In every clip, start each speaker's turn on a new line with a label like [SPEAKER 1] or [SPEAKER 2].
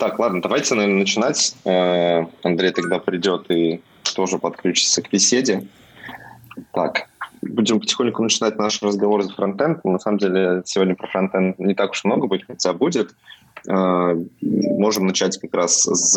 [SPEAKER 1] Так, ладно, давайте, наверное, начинать. Андрей тогда придет и тоже подключится к беседе. Так, будем потихоньку начинать наш разговор за фронтенд. На самом деле, сегодня про фронтенд не так уж много будет, хотя будет. Можем начать как раз с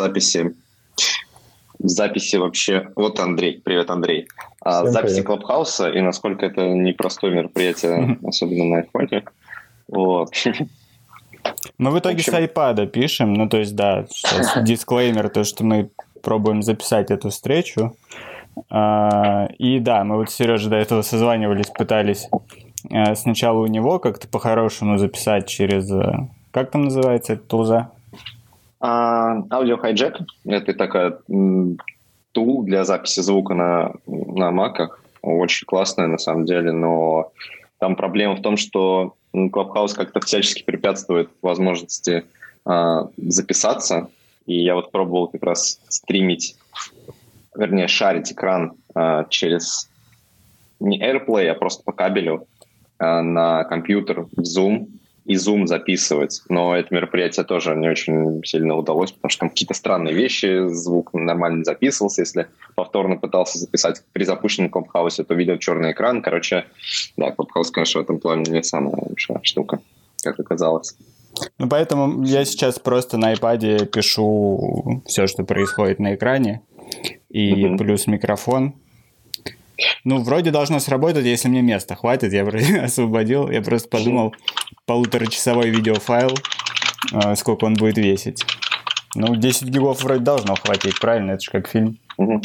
[SPEAKER 1] записи вообще. Вот Андрей. Привет, Андрей. Записи Клабхауса, и насколько это непростое мероприятие, особенно на айфоне. Вот.
[SPEAKER 2] Мы в итоге с iPad пишем, ну то есть да, сейчас дисклеймер, то, что мы пробуем записать эту встречу. И да, мы вот с Сережей до этого созванивались, пытались сначала у него как-то по-хорошему записать через... Как там называется эта тулза?
[SPEAKER 1] Audio Hijack. Это такая тул для записи звука на Mac'ах. Очень классная на самом деле, но там проблема в том, что Clubhouse как-то всячески препятствует возможности записаться. И я вот пробовал как раз стримить, вернее, шарить экран через не AirPlay, а просто по кабелю на компьютер в Zoom, и Zoom записывать. Но это мероприятие тоже не очень сильно удалось, потому что там какие-то странные вещи, звук нормально не записывался. Если повторно пытался записать при запущенном Clubhouse, то видел черный экран. Короче, да, Clubhouse, конечно, в этом плане не самая лучшая штука, как оказалось.
[SPEAKER 2] Ну, поэтому я сейчас просто на iPad пишу все, что происходит на экране, и плюс микрофон. Ну, вроде должно сработать, если мне места хватит. Я вроде освободил. Я просто подумал, 1,5-часовой видеофайл, сколько он будет весить. Ну, 10 гигов вроде должно хватить, правильно? Это же как фильм.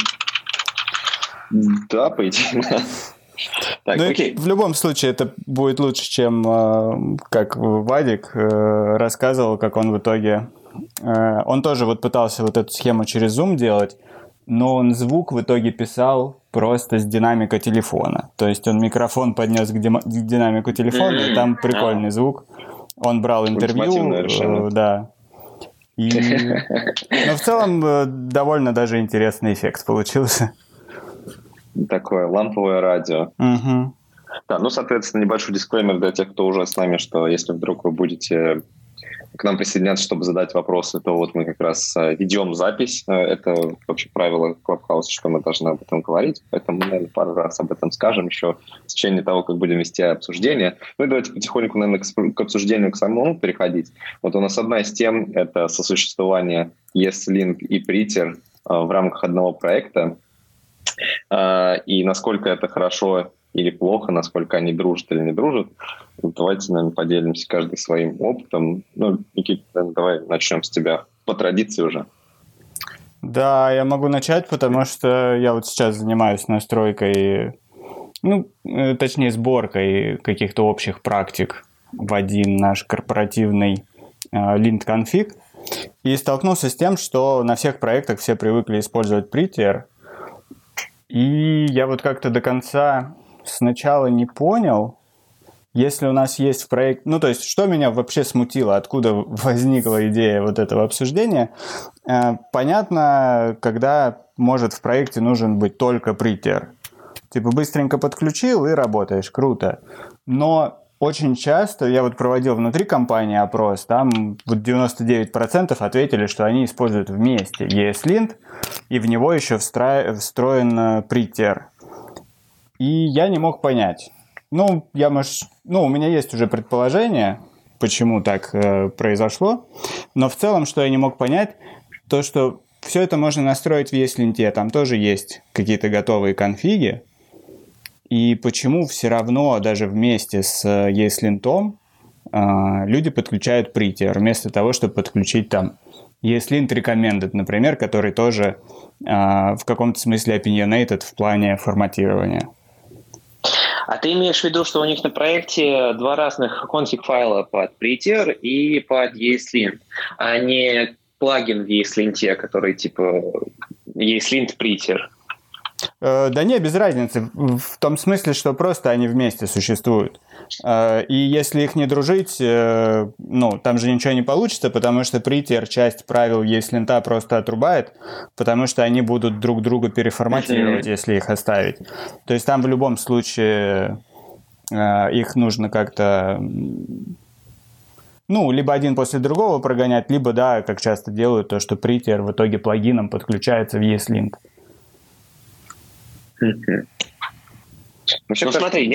[SPEAKER 1] Да, по идее, да. Так,
[SPEAKER 2] ну,
[SPEAKER 1] окей.
[SPEAKER 2] В любом случае, это будет лучше, чем как Вадик рассказывал, как он в итоге... Он тоже вот пытался вот эту схему через Zoom делать, но он звук в итоге писал просто с динамика телефона. То есть он микрофон поднес к динамику телефона, и там прикольный звук. Он брал интервью, да. Но в целом довольно даже интересный эффект получился.
[SPEAKER 1] Такое ламповое радио.
[SPEAKER 2] Угу.
[SPEAKER 1] Да, ну, соответственно, небольшой дисклеймер для тех, кто уже с нами, что если вдруг вы будете к нам присоединяться, чтобы задать вопросы, то вот мы как раз ведем запись. Это вообще правило Clubhouse, что мы должны об этом говорить. Поэтому мы, наверное, пару раз об этом скажем еще в течение того, как будем вести обсуждение. Ну и давайте потихоньку, наверное, к обсуждению к самому переходить. Вот у нас одна из тем – это сосуществование ESLint и Prettier в рамках одного проекта. И насколько это хорошо или плохо, насколько они дружат или не дружат. Давайте, наверное, поделимся каждый своим опытом. Ну, Никита, давай начнем с тебя по традиции уже.
[SPEAKER 2] Да, я могу начать, потому что я вот сейчас занимаюсь настройкой, точнее сборкой каких-то общих практик в один наш корпоративный lint-конфиг. И столкнулся с тем, что на всех проектах все привыкли использовать Prettier. И я вот как-то до конца сначала не понял, если у нас есть в проекте... Ну, то есть, что меня вообще смутило, откуда возникла идея вот этого обсуждения. Понятно, когда, может, в проекте нужен быть только Prettier. Типа, быстренько подключил и работаешь, круто. Но очень часто, я вот проводил внутри компании опрос, там вот 99% ответили, что они используют вместе ESLint, и в него еще встроен Prettier. И я не мог понять. У меня есть уже предположение, почему так произошло, но в целом, что я не мог понять, то, что все это можно настроить в ESLint, там тоже есть какие-то готовые конфиги, и почему все равно даже вместе с ESLint люди подключают Prettier, вместо того, чтобы подключить там ESLint Recommended, например, который тоже в каком-то смысле opinionated в плане форматирования.
[SPEAKER 3] А ты имеешь в виду, что у них на проекте два разных конфиг-файла под Prettier и под ESLint, а не плагин в ESLint, который типа ESLint Prettier?
[SPEAKER 2] Да не, без разницы. В том смысле, что просто они вместе существуют. И если их не дружить, там же ничего не получится, потому что Prettier часть правил ESLint просто отрубает, потому что они будут друг друга переформатировать, если их оставить. То есть там в любом случае их нужно как-то... ну, либо один после другого прогонять, либо, да, как часто делают, то, что Prettier в итоге плагином подключается в ESLint.
[SPEAKER 3] Ну, смотри,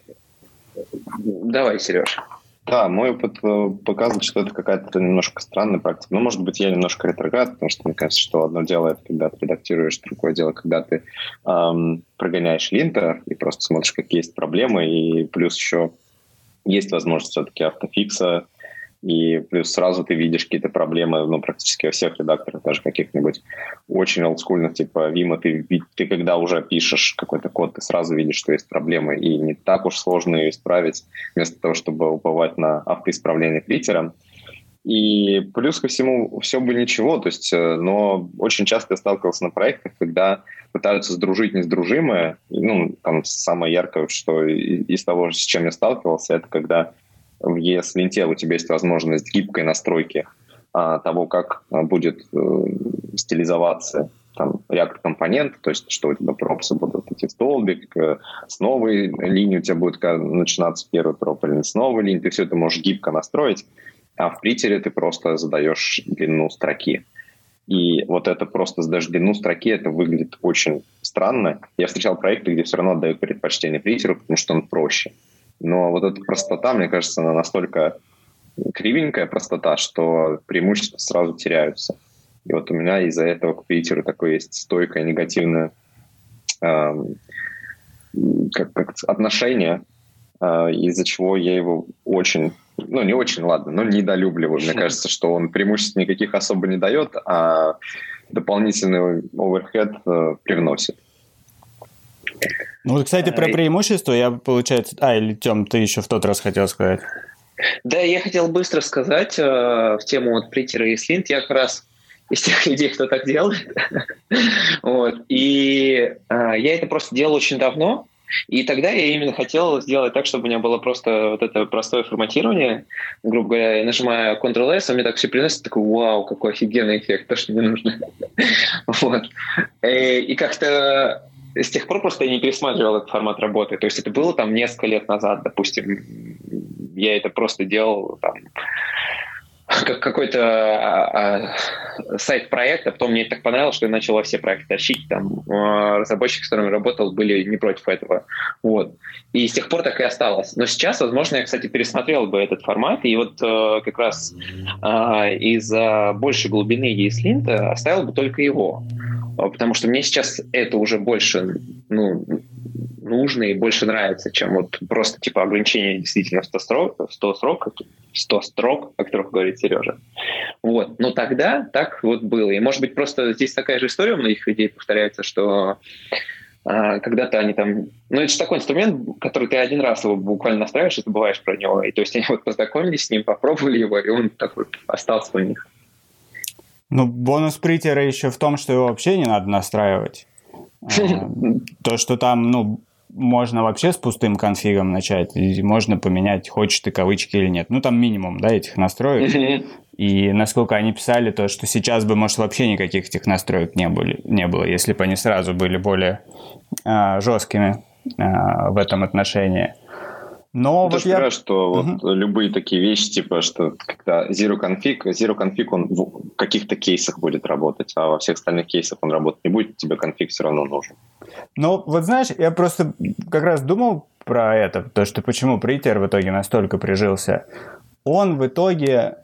[SPEAKER 3] Давай, Сереж.
[SPEAKER 1] Да, мой опыт показывает, что это какая-то немножко странная практика. Ну, может быть, я немножко ретроград, потому что мне кажется, что одно дело это когда ты редактируешь, другое дело, когда ты прогоняешь линтер и просто смотришь, какие есть проблемы, и плюс еще есть возможность все-таки автофикса, и плюс сразу ты видишь какие-то проблемы, ну, практически во всех редакторах, даже каких-нибудь очень олдскульных, типа Vim, ты когда уже пишешь какой-то код, ты сразу видишь, что есть проблемы, и не так уж сложно ее исправить, вместо того, чтобы уповать на автоисправление Prettier. И плюс ко всему, все бы ничего, то есть, но очень часто я сталкивался на проектах, когда пытаются сдружить несдружимое. Ну, там самое яркое, что из того, с чем я сталкивался, это когда в ESLint у тебя есть возможность гибкой настройки того, как будет стилизоваться там React-компонент, то есть что у тебя пропсы будут идти в столбик, с новой линии у тебя будет начинаться первый проп, или с новой линии, ты все это можешь гибко настроить, а в Prettier ты просто задаешь длину строки. И вот это просто задаешь длину строки, это выглядит очень странно. Я встречал проекты, где все равно отдают предпочтение Prettier, потому что он проще. Но вот эта простота, мне кажется, она настолько кривенькая простота, что преимущества сразу теряются. И вот у меня из-за этого к Prettier такое есть стойкое негативное отношение, из-за чего я его очень, ну не очень, ладно, но недолюбливаю. Мне кажется, что он преимуществ никаких особо не дает, а дополнительный оверхед привносит.
[SPEAKER 2] Ну вот, кстати, про преимущество я, получается... или, Тём, ты еще в тот раз хотел сказать.
[SPEAKER 3] Да, я хотел быстро сказать в тему вот Prettier и ESLint. Я как раз из тех людей, кто так делает. Вот. И я это просто делал очень давно. И тогда я именно хотел сделать так, чтобы у меня было просто вот это простое форматирование. Грубо говоря, я нажимаю Ctrl-S, а мне так все приносит, такой, вау, какой офигенный эффект, то, что мне нужно. Вот. И как-то с тех пор просто я не пересматривал этот формат работы. То есть это было там несколько лет назад, допустим. Я это просто делал там как какой-то сайт-проект, а потом мне это так понравилось, что я начал во все проекты тащить. Там разработчики, с которыми работал, были не против этого. Вот. И с тех пор так и осталось. Но сейчас, возможно, я, кстати, пересмотрел бы этот формат, и вот как раз из-за большей глубины ESLint оставил бы только его. Потому что мне сейчас это уже больше нужно и больше нравится, чем вот просто типа ограничение действительно 100 строк, о которых говорит Сережа. Вот. Но тогда так вот было. И может быть просто здесь такая же история у многих людей повторяется, что когда-то они там... Ну, это же такой инструмент, который ты один раз его буквально настраиваешь и забываешь про него. И то есть они вот познакомились с ним, попробовали его, и он такой остался у них.
[SPEAKER 2] Ну, бонус Prettier еще в том, что его вообще не надо настраивать. То, что там, можно вообще с пустым конфигом начать, и можно поменять, хочешь ты кавычки или нет. Ну, там минимум, да, этих настроек. И насколько они писали, то, что сейчас бы, может, вообще никаких этих настроек не было, если бы они сразу были более жесткими в этом отношении. Но
[SPEAKER 1] ты же понимаешь, что вот любые такие вещи, типа, что когда zero config, он в каких-то кейсах будет работать, а во всех остальных кейсах он работать не будет, тебе конфиг все равно нужен.
[SPEAKER 2] Ну, вот знаешь, я просто как раз думал про это, то, что почему Prettier в итоге настолько прижился. Он в итоге,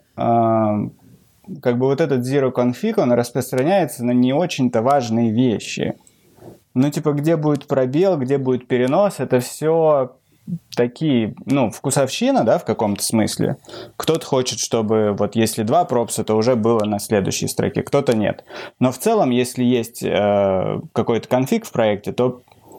[SPEAKER 2] как бы вот этот zero config, он распространяется на не очень-то важные вещи. Ну, типа, где будет пробел, где будет перенос, это все... такие, вкусовщина, да, в каком-то смысле. Кто-то хочет, чтобы вот если 2 пропса, то уже было на следующей строке, кто-то нет. Но в целом, если есть какой-то конфиг в проекте, то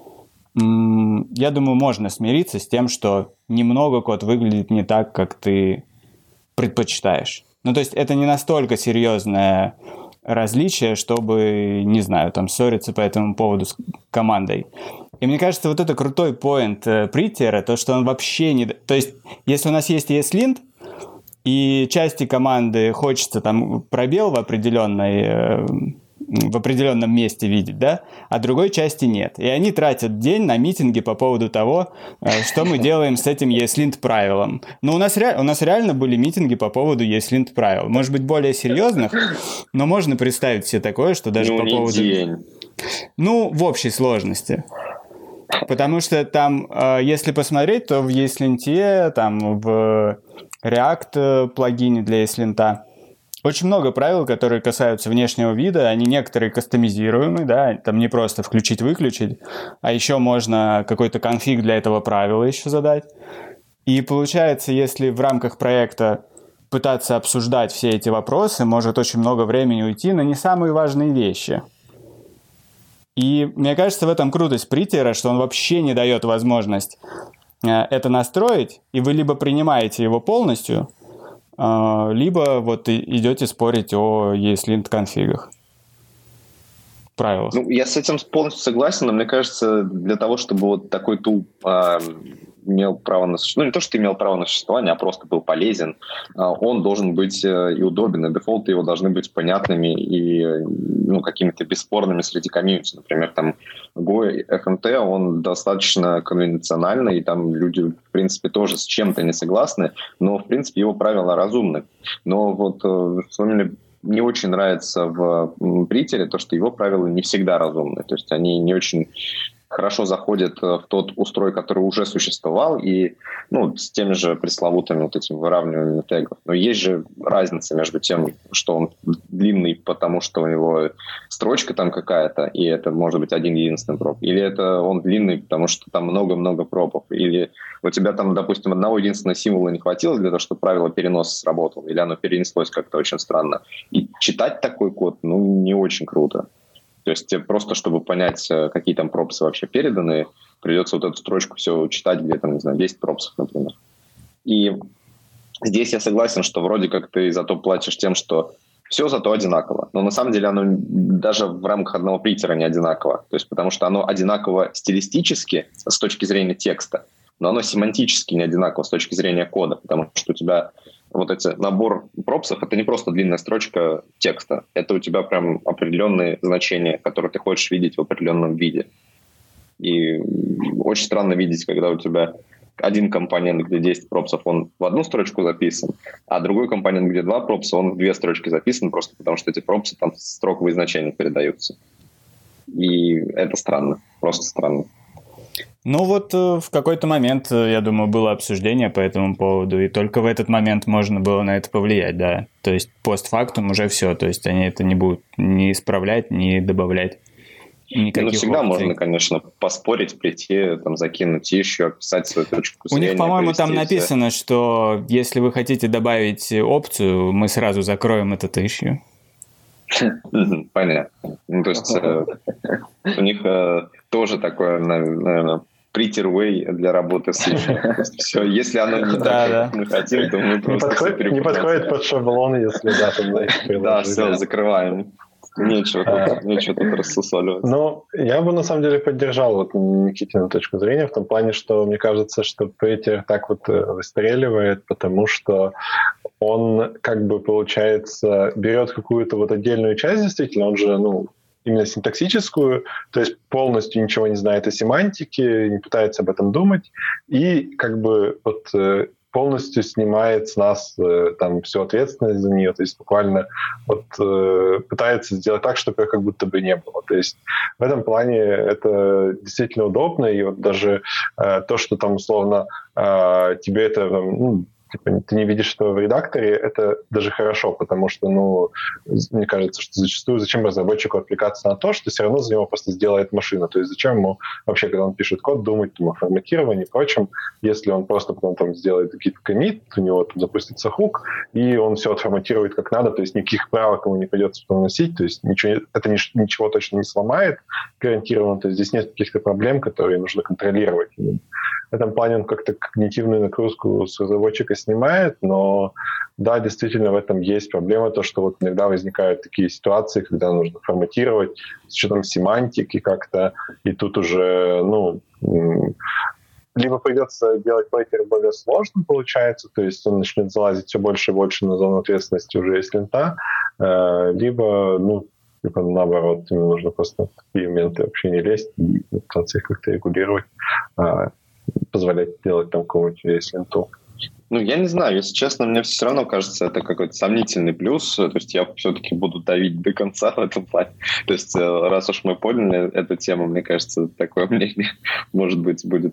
[SPEAKER 2] я думаю, можно смириться с тем, что немного код выглядит не так, как ты предпочитаешь. Ну, то есть это не настолько серьезное различие, чтобы, не знаю, там ссориться по этому поводу с командой. И мне кажется, вот это крутой поинт Prettier, то, что он вообще не... То есть, если у нас есть ESLint, и части команды хочется там пробел в определенной в определенном месте видеть, да, а другой части нет. И они тратят день на митинги по поводу того, что мы делаем с этим ESLint правилом. Но у нас реально были митинги по поводу ESLint правил. Может быть, более серьезных, но можно представить себе такое, что даже по поводу...
[SPEAKER 1] День.
[SPEAKER 2] Ну, в общей сложности. Потому что там, если посмотреть, то в ESLint, там в React плагине для ESLint очень много правил, которые касаются внешнего вида, они некоторые кастомизируемы, да, там не просто включить-выключить, а еще можно какой-то конфиг для этого правила еще задать. И получается, если в рамках проекта пытаться обсуждать все эти вопросы, может очень много времени уйти на не самые важные вещи. И мне кажется, в этом крутость Prettier, что он вообще не дает возможность это настроить, и вы либо принимаете его полностью, либо вот идете спорить о ESLint конфигах. Правилах.
[SPEAKER 1] Ну, я с этим полностью согласен, но мне кажется, для того, чтобы вот такой тул имел право на существование, ну, не то, что имел право на существование, а просто был полезен, он должен быть и удобен, и дефолты его должны быть понятными и какими-то бесспорными среди комьюнити. Например, там Go FMT, он достаточно конвенциональный, и там люди, в принципе, тоже с чем-то не согласны, но, в принципе, его правила разумны. Но вот что мне не очень нравится в Prettier, то, что его правила не всегда разумны. То есть они не очень хорошо заходят в тот устрой, который уже существовал, и с теми же пресловутыми вот этими выравниваниями тегов. Но есть же разница между тем, что он длинный, потому что у него строчка там какая-то, и это может быть один единственный проп, или это он длинный, потому что там много-много пропов, или у тебя там, допустим, одного единственного символа не хватило для того, чтобы правило переноса сработало, или оно перенеслось как-то очень странно. И читать такой код, не очень круто. То есть просто, чтобы понять, какие там пропсы вообще переданы, придется вот эту строчку все читать, где там, не знаю, 10 пропсов, например. И здесь я согласен, что вроде как ты зато платишь тем, что все зато одинаково. Но на самом деле оно даже в рамках одного Prettier не одинаково. То есть потому что оно одинаково стилистически с точки зрения текста, но оно семантически не одинаково с точки зрения кода, потому что у тебя вот эти набор пропсов — это не просто длинная строчка текста, это у тебя прям определенные значения, которые ты хочешь видеть в определенном виде. И очень странно видеть, когда у тебя один компонент, где 10 пропсов, он в одну строчку записан, а другой компонент, где 2 пропса, он в 2 строчки записан, просто потому что эти пропсы там строковые значения передаются. И это странно, просто странно.
[SPEAKER 2] Ну вот в какой-то момент, я думаю, было обсуждение по этому поводу, и только в этот момент можно было на это повлиять, да. То есть постфактум уже все, то есть они это не будут ни исправлять, ни добавлять никаких
[SPEAKER 1] всегда
[SPEAKER 2] опций.
[SPEAKER 1] можно, конечно, поспорить, прийти, там, закинуть еще, описать свою точку зрения.
[SPEAKER 2] У них, по-моему, там написано, что если вы хотите добавить опцию, мы сразу закроем этот issue.
[SPEAKER 1] Понятно. То есть у них тоже такое, наверное, Prettier way для работы с issue. Все, если оно не так, как мы хотим, то мы просто...
[SPEAKER 4] Не подходит под шаблон, если да, там приложить.
[SPEAKER 1] Да, все, закрываем. Нечего тут рассусоливаться.
[SPEAKER 4] Ну, я бы на самом деле поддержал вот Никитину точку зрения в том плане, что мне кажется, что Prettier так вот выстреливает, потому что он как бы, получается, берет какую-то вот отдельную часть, действительно, он же, именно синтаксическую, то есть полностью ничего не знает о семантике, не пытается об этом думать, и как бы вот полностью снимает с нас там всю ответственность за нее, то есть буквально вот пытается сделать так, чтобы ее как будто бы не было. То есть в этом плане это действительно удобно, и вот даже то, что там условно тебе это ты не видишь этого в редакторе, это даже хорошо, потому что, мне кажется, что зачастую зачем разработчику отвлекаться на то, что все равно за него просто сделает машина. То есть зачем ему вообще, когда он пишет код, думать о форматировании и прочем, если он просто потом там сделает какие-то коммит, у него там запустится хук, и он все отформатирует как надо, то есть никаких правок ему не придется потом носить, то есть это ничего точно не сломает гарантированно, то есть здесь нет каких-то проблем, которые нужно контролировать. В этом плане он как-то когнитивную нагрузку с разработчика снимает, но да, действительно в этом есть проблема, то, что вот иногда возникают такие ситуации, когда нужно форматировать с учетом семантики как-то, и тут уже, либо придется делать Prettier более сложным, получается, то есть он начнет залазить все больше и больше на зону ответственности уже ESLint, либо, Типа, наоборот, тебе нужно просто в такие моменты вообще не лезть и пытаться их как-то регулировать, позволять делать там какого-нибудь ESLint.
[SPEAKER 1] Ну, я не знаю, если честно, мне все равно кажется, это какой-то сомнительный плюс, то есть я все-таки буду давить до конца в этом плане. То есть раз уж мы поняли эту тему, мне кажется, такое мнение, может быть, будет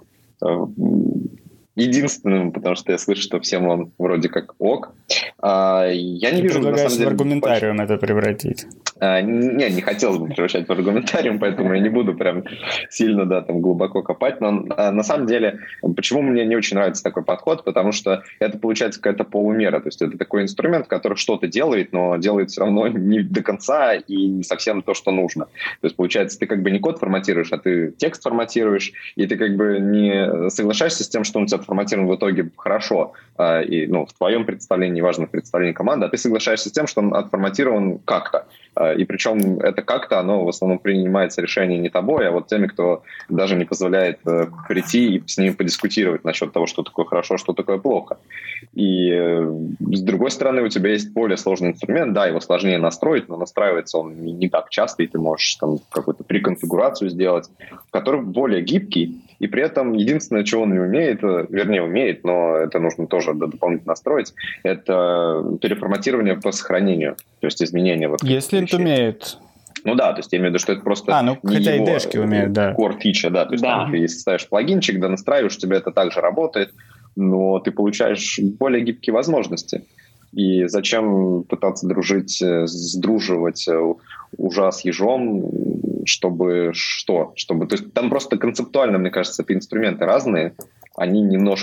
[SPEAKER 1] единственным, потому что я слышу, что всем он вроде как ок. Я не вижу, на самом деле,
[SPEAKER 2] в аргументариум это превратить.
[SPEAKER 1] Не хотелось бы превращать в аргументариум, поэтому я не буду прям сильно, да, там глубоко копать, но на самом деле, почему мне не очень нравится такой подход, потому что это получается какая-то полумера, то есть это такой инструмент, который что-то делает, но делает все равно не до конца и не совсем то, что нужно. То есть получается, ты как бы не код форматируешь, а ты текст форматируешь, и ты как бы не соглашаешься с тем, что он у тебя отформатирован в итоге хорошо, и, ну, в твоем представлении, важно в представлении команды, а ты соглашаешься с тем, что он отформатирован как-то. И причем это как-то, оно в основном принимается решение не тобой, а вот теми, кто даже не позволяет прийти и с ними подискутировать насчет того, что такое хорошо, что такое плохо. И с другой стороны, у тебя есть более сложный инструмент, да, его сложнее настроить, но настраивается он не так часто, и ты можешь там какую-то преконфигурацию сделать, который более гибкий, и при этом единственное, чего он не умеет, вернее, умеет, но это нужно тоже дополнительно настроить, это переформатирование по сохранению, то есть изменения. Вот
[SPEAKER 2] ESLint умеет.
[SPEAKER 1] Ну да, то есть я имею в виду, что это просто
[SPEAKER 2] хотя и дэшки умеют, да.
[SPEAKER 1] Core фича, да, то есть там, ты если ставишь плагинчик, да, настраиваешь, у тебя это также работает, но ты получаешь более гибкие возможности. И зачем пытаться сдруживать ужа с ежом, чтобы что? То есть там просто концептуально, мне кажется, это инструменты разные, они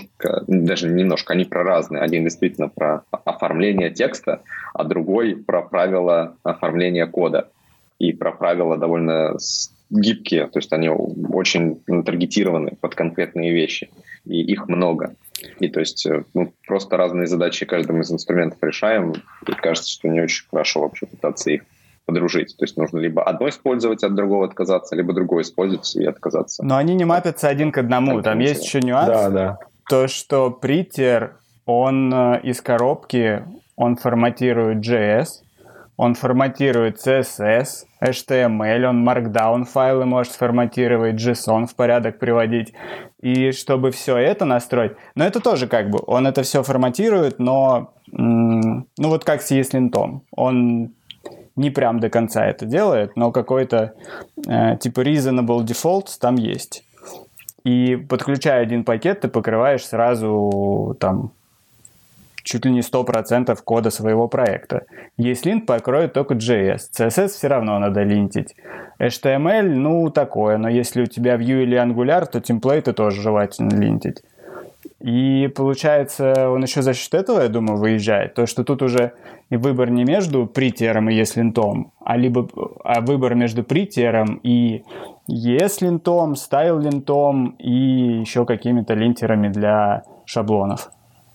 [SPEAKER 1] они про разные. Один действительно про оформление текста, а другой про правила оформления кода. И про правила довольно гибкие, то есть они очень таргетированы под конкретные вещи, и их много. И то есть просто разные задачи каждым из инструментов решаем, и кажется, что не очень хорошо вообще пытаться их подружить. То есть нужно либо одно использовать, от другого отказаться, либо другое использовать и отказаться.
[SPEAKER 2] Но они не мапятся один к одному. Там есть еще нюанс.
[SPEAKER 4] Да.
[SPEAKER 2] То, что Prettier, он из коробки, он форматирует JS, он форматирует CSS, HTML, он Markdown файлы может форматировать, JSON в порядок приводить. И чтобы все это настроить, но это тоже как бы, он это все форматирует, но вот как с ESLint. Он не прям до конца это делает, но какой-то типа reasonable defaults там есть. И подключая один пакет, ты покрываешь сразу там чуть ли не 100% кода своего проекта. ESLint покроет только JS. CSS все равно надо линтить. HTML, такое, но если у тебя Vue или Angular, то темплейты тоже желательно линтить. И получается, он еще за счет этого, я думаю, выезжает. То, что тут уже выбор не между Prettier и ESLint, а выбор между Prettier и ESLint, StyleLint и еще какими-то линтерами для шаблонов.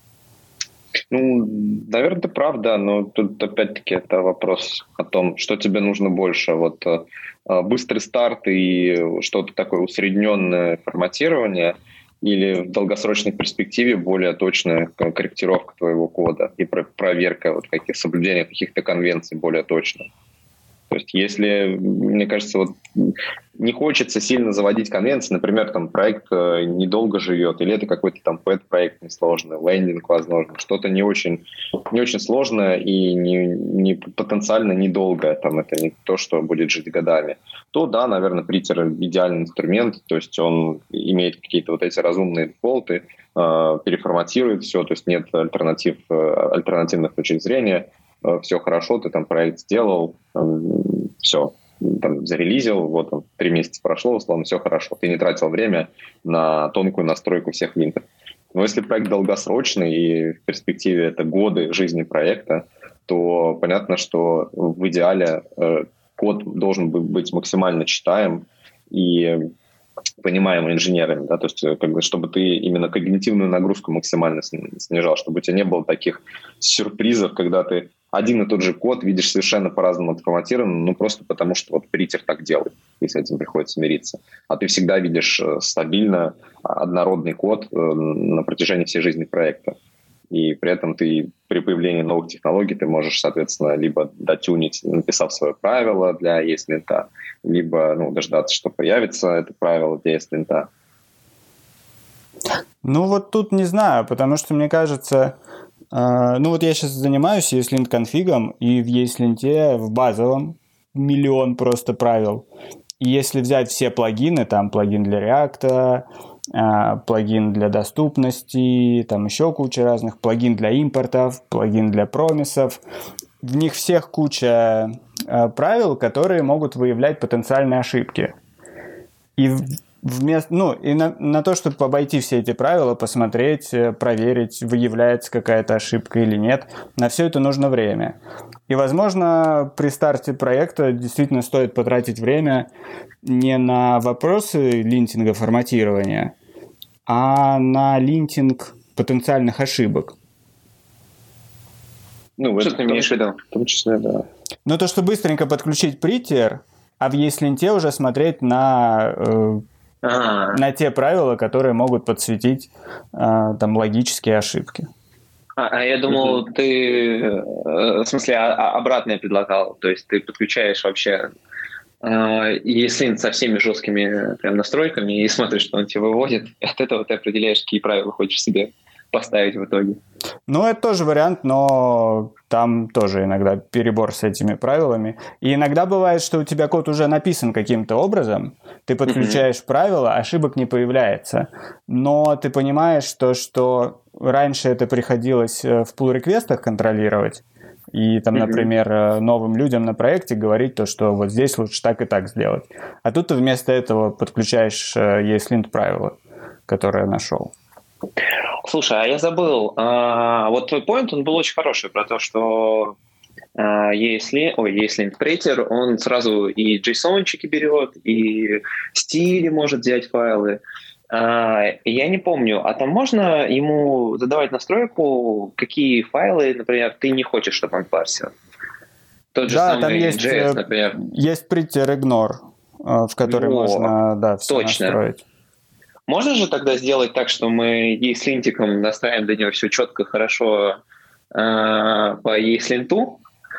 [SPEAKER 1] Наверное, ты прав, да, но тут опять-таки это вопрос о том, что тебе нужно больше. Вот быстрый старт и что-то такое усредненное форматирование или в долгосрочной перспективе более точная корректировка твоего кода и проверка соблюдения каких-то конвенций более точно. То есть если, мне кажется, не хочется сильно заводить конвенции, например, там проект недолго живет, или это какой-то там пэт-проект несложный, лендинг, возможно, что-то не очень сложное и не потенциально недолгое, там это не то, что будет жить годами, то да, наверное, Prettier идеальный инструмент, то есть он имеет какие-то вот эти разумные дефолты, переформатирует все, то есть нет альтернативных точек зрения, все хорошо, ты там проект сделал, все, там зарелизил, 3 месяца прошло, условно, все хорошо. Ты не тратил время на тонкую настройку всех линтов. Но если проект долгосрочный и в перспективе это годы жизни проекта, то понятно, что в идеале код должен быть максимально читаем и понимаем инженерами, да, то есть чтобы ты именно когнитивную нагрузку максимально снижал, чтобы у тебя не было таких сюрпризов, когда ты один и тот же код видишь совершенно по-разному отформатированным, просто потому что Prettier так делает, и с этим приходится мириться. А ты всегда видишь стабильно однородный код на протяжении всей жизни проекта. и при этом ты при появлении новых технологий ты можешь, соответственно, либо дотюнить, написав свое правило для ESLint, либо дождаться, что появится это правило для ESLint.
[SPEAKER 2] Ну вот тут не знаю, потому что мне кажется, я сейчас занимаюсь ESLint конфигом, и в ESLint в базовом миллион просто правил. И если взять все плагины, там плагин для React, плагин для доступности, там еще куча разных, плагин для импортов, плагин для промисов, в них всех куча правил, которые могут выявлять потенциальные ошибки. И на то, чтобы обойти все эти правила, посмотреть, проверить, выявляется какая-то ошибка или нет, на все это нужно время. И, возможно, при старте проекта действительно стоит потратить время не на вопросы линтинга форматирования, а на линтинг потенциальных ошибок.
[SPEAKER 3] Что ты имеешь в виду?
[SPEAKER 1] В том числе, да.
[SPEAKER 2] То, что быстренько подключить prettier, а в ESLint уже смотреть на те правила, которые могут подсветить там логические ошибки.
[SPEAKER 3] Я думал, ты, в смысле, обратное предлагал. То есть ты подключаешь вообще ESLint со всеми жесткими прям настройками и смотришь, что он тебе выводит. И от этого ты определяешь, какие правила хочешь себе поставить в итоге.
[SPEAKER 2] Это тоже вариант, но там тоже иногда перебор с этими правилами. И иногда бывает, что у тебя код уже написан каким-то образом, ты подключаешь правила, ошибок не появляется. Но ты понимаешь, что раньше это приходилось в pull-реквестах контролировать, и там, например, новым людям на проекте говорить то, что вот здесь лучше так и так сделать. А тут ты вместо этого подключаешь ESLint правила, которые нашел.
[SPEAKER 3] Слушай, а я забыл. Вот твой поинт, он был очень хороший про то, что ESLint Prettier, он сразу и JSON-чики берет, и стили может взять файлы. Я не помню, а там можно ему задавать настройку, какие файлы, например, ты не хочешь, чтобы он парсил? Тот же самый
[SPEAKER 2] там есть,
[SPEAKER 3] JS, например.
[SPEAKER 2] Есть Prettier Ignore, в который можно все настроить.
[SPEAKER 3] Можно же тогда сделать так, что мы ESLint-иком настраиваем для него все четко, хорошо по ESLint,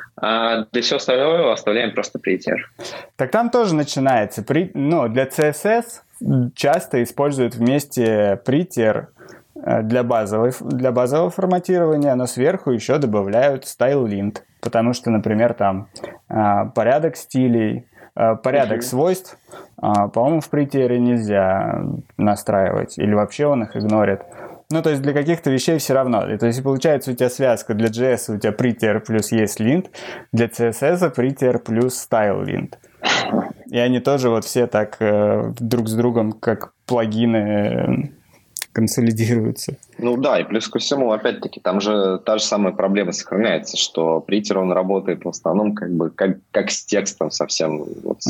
[SPEAKER 3] а для всего остального оставляем просто Prettier? Так
[SPEAKER 2] там тоже начинается. Для CSS часто используют вместе Prettier для базового форматирования, но сверху еще добавляют StyleLint, потому что, например, там порядок стилей, порядок свойств, по-моему, в Prettier нельзя настраивать, или вообще он их игнорит. То есть для каких-то вещей все равно. То есть получается у тебя связка для JS, у тебя Prettier плюс ESLint, для CSS Prettier плюс StyleLint. И они тоже вот все так друг с другом, как плагины, консолидируются.
[SPEAKER 1] И плюс ко всему, опять-таки, там же та же самая проблема сохраняется, что Prettier, он работает в основном как с текстом совсем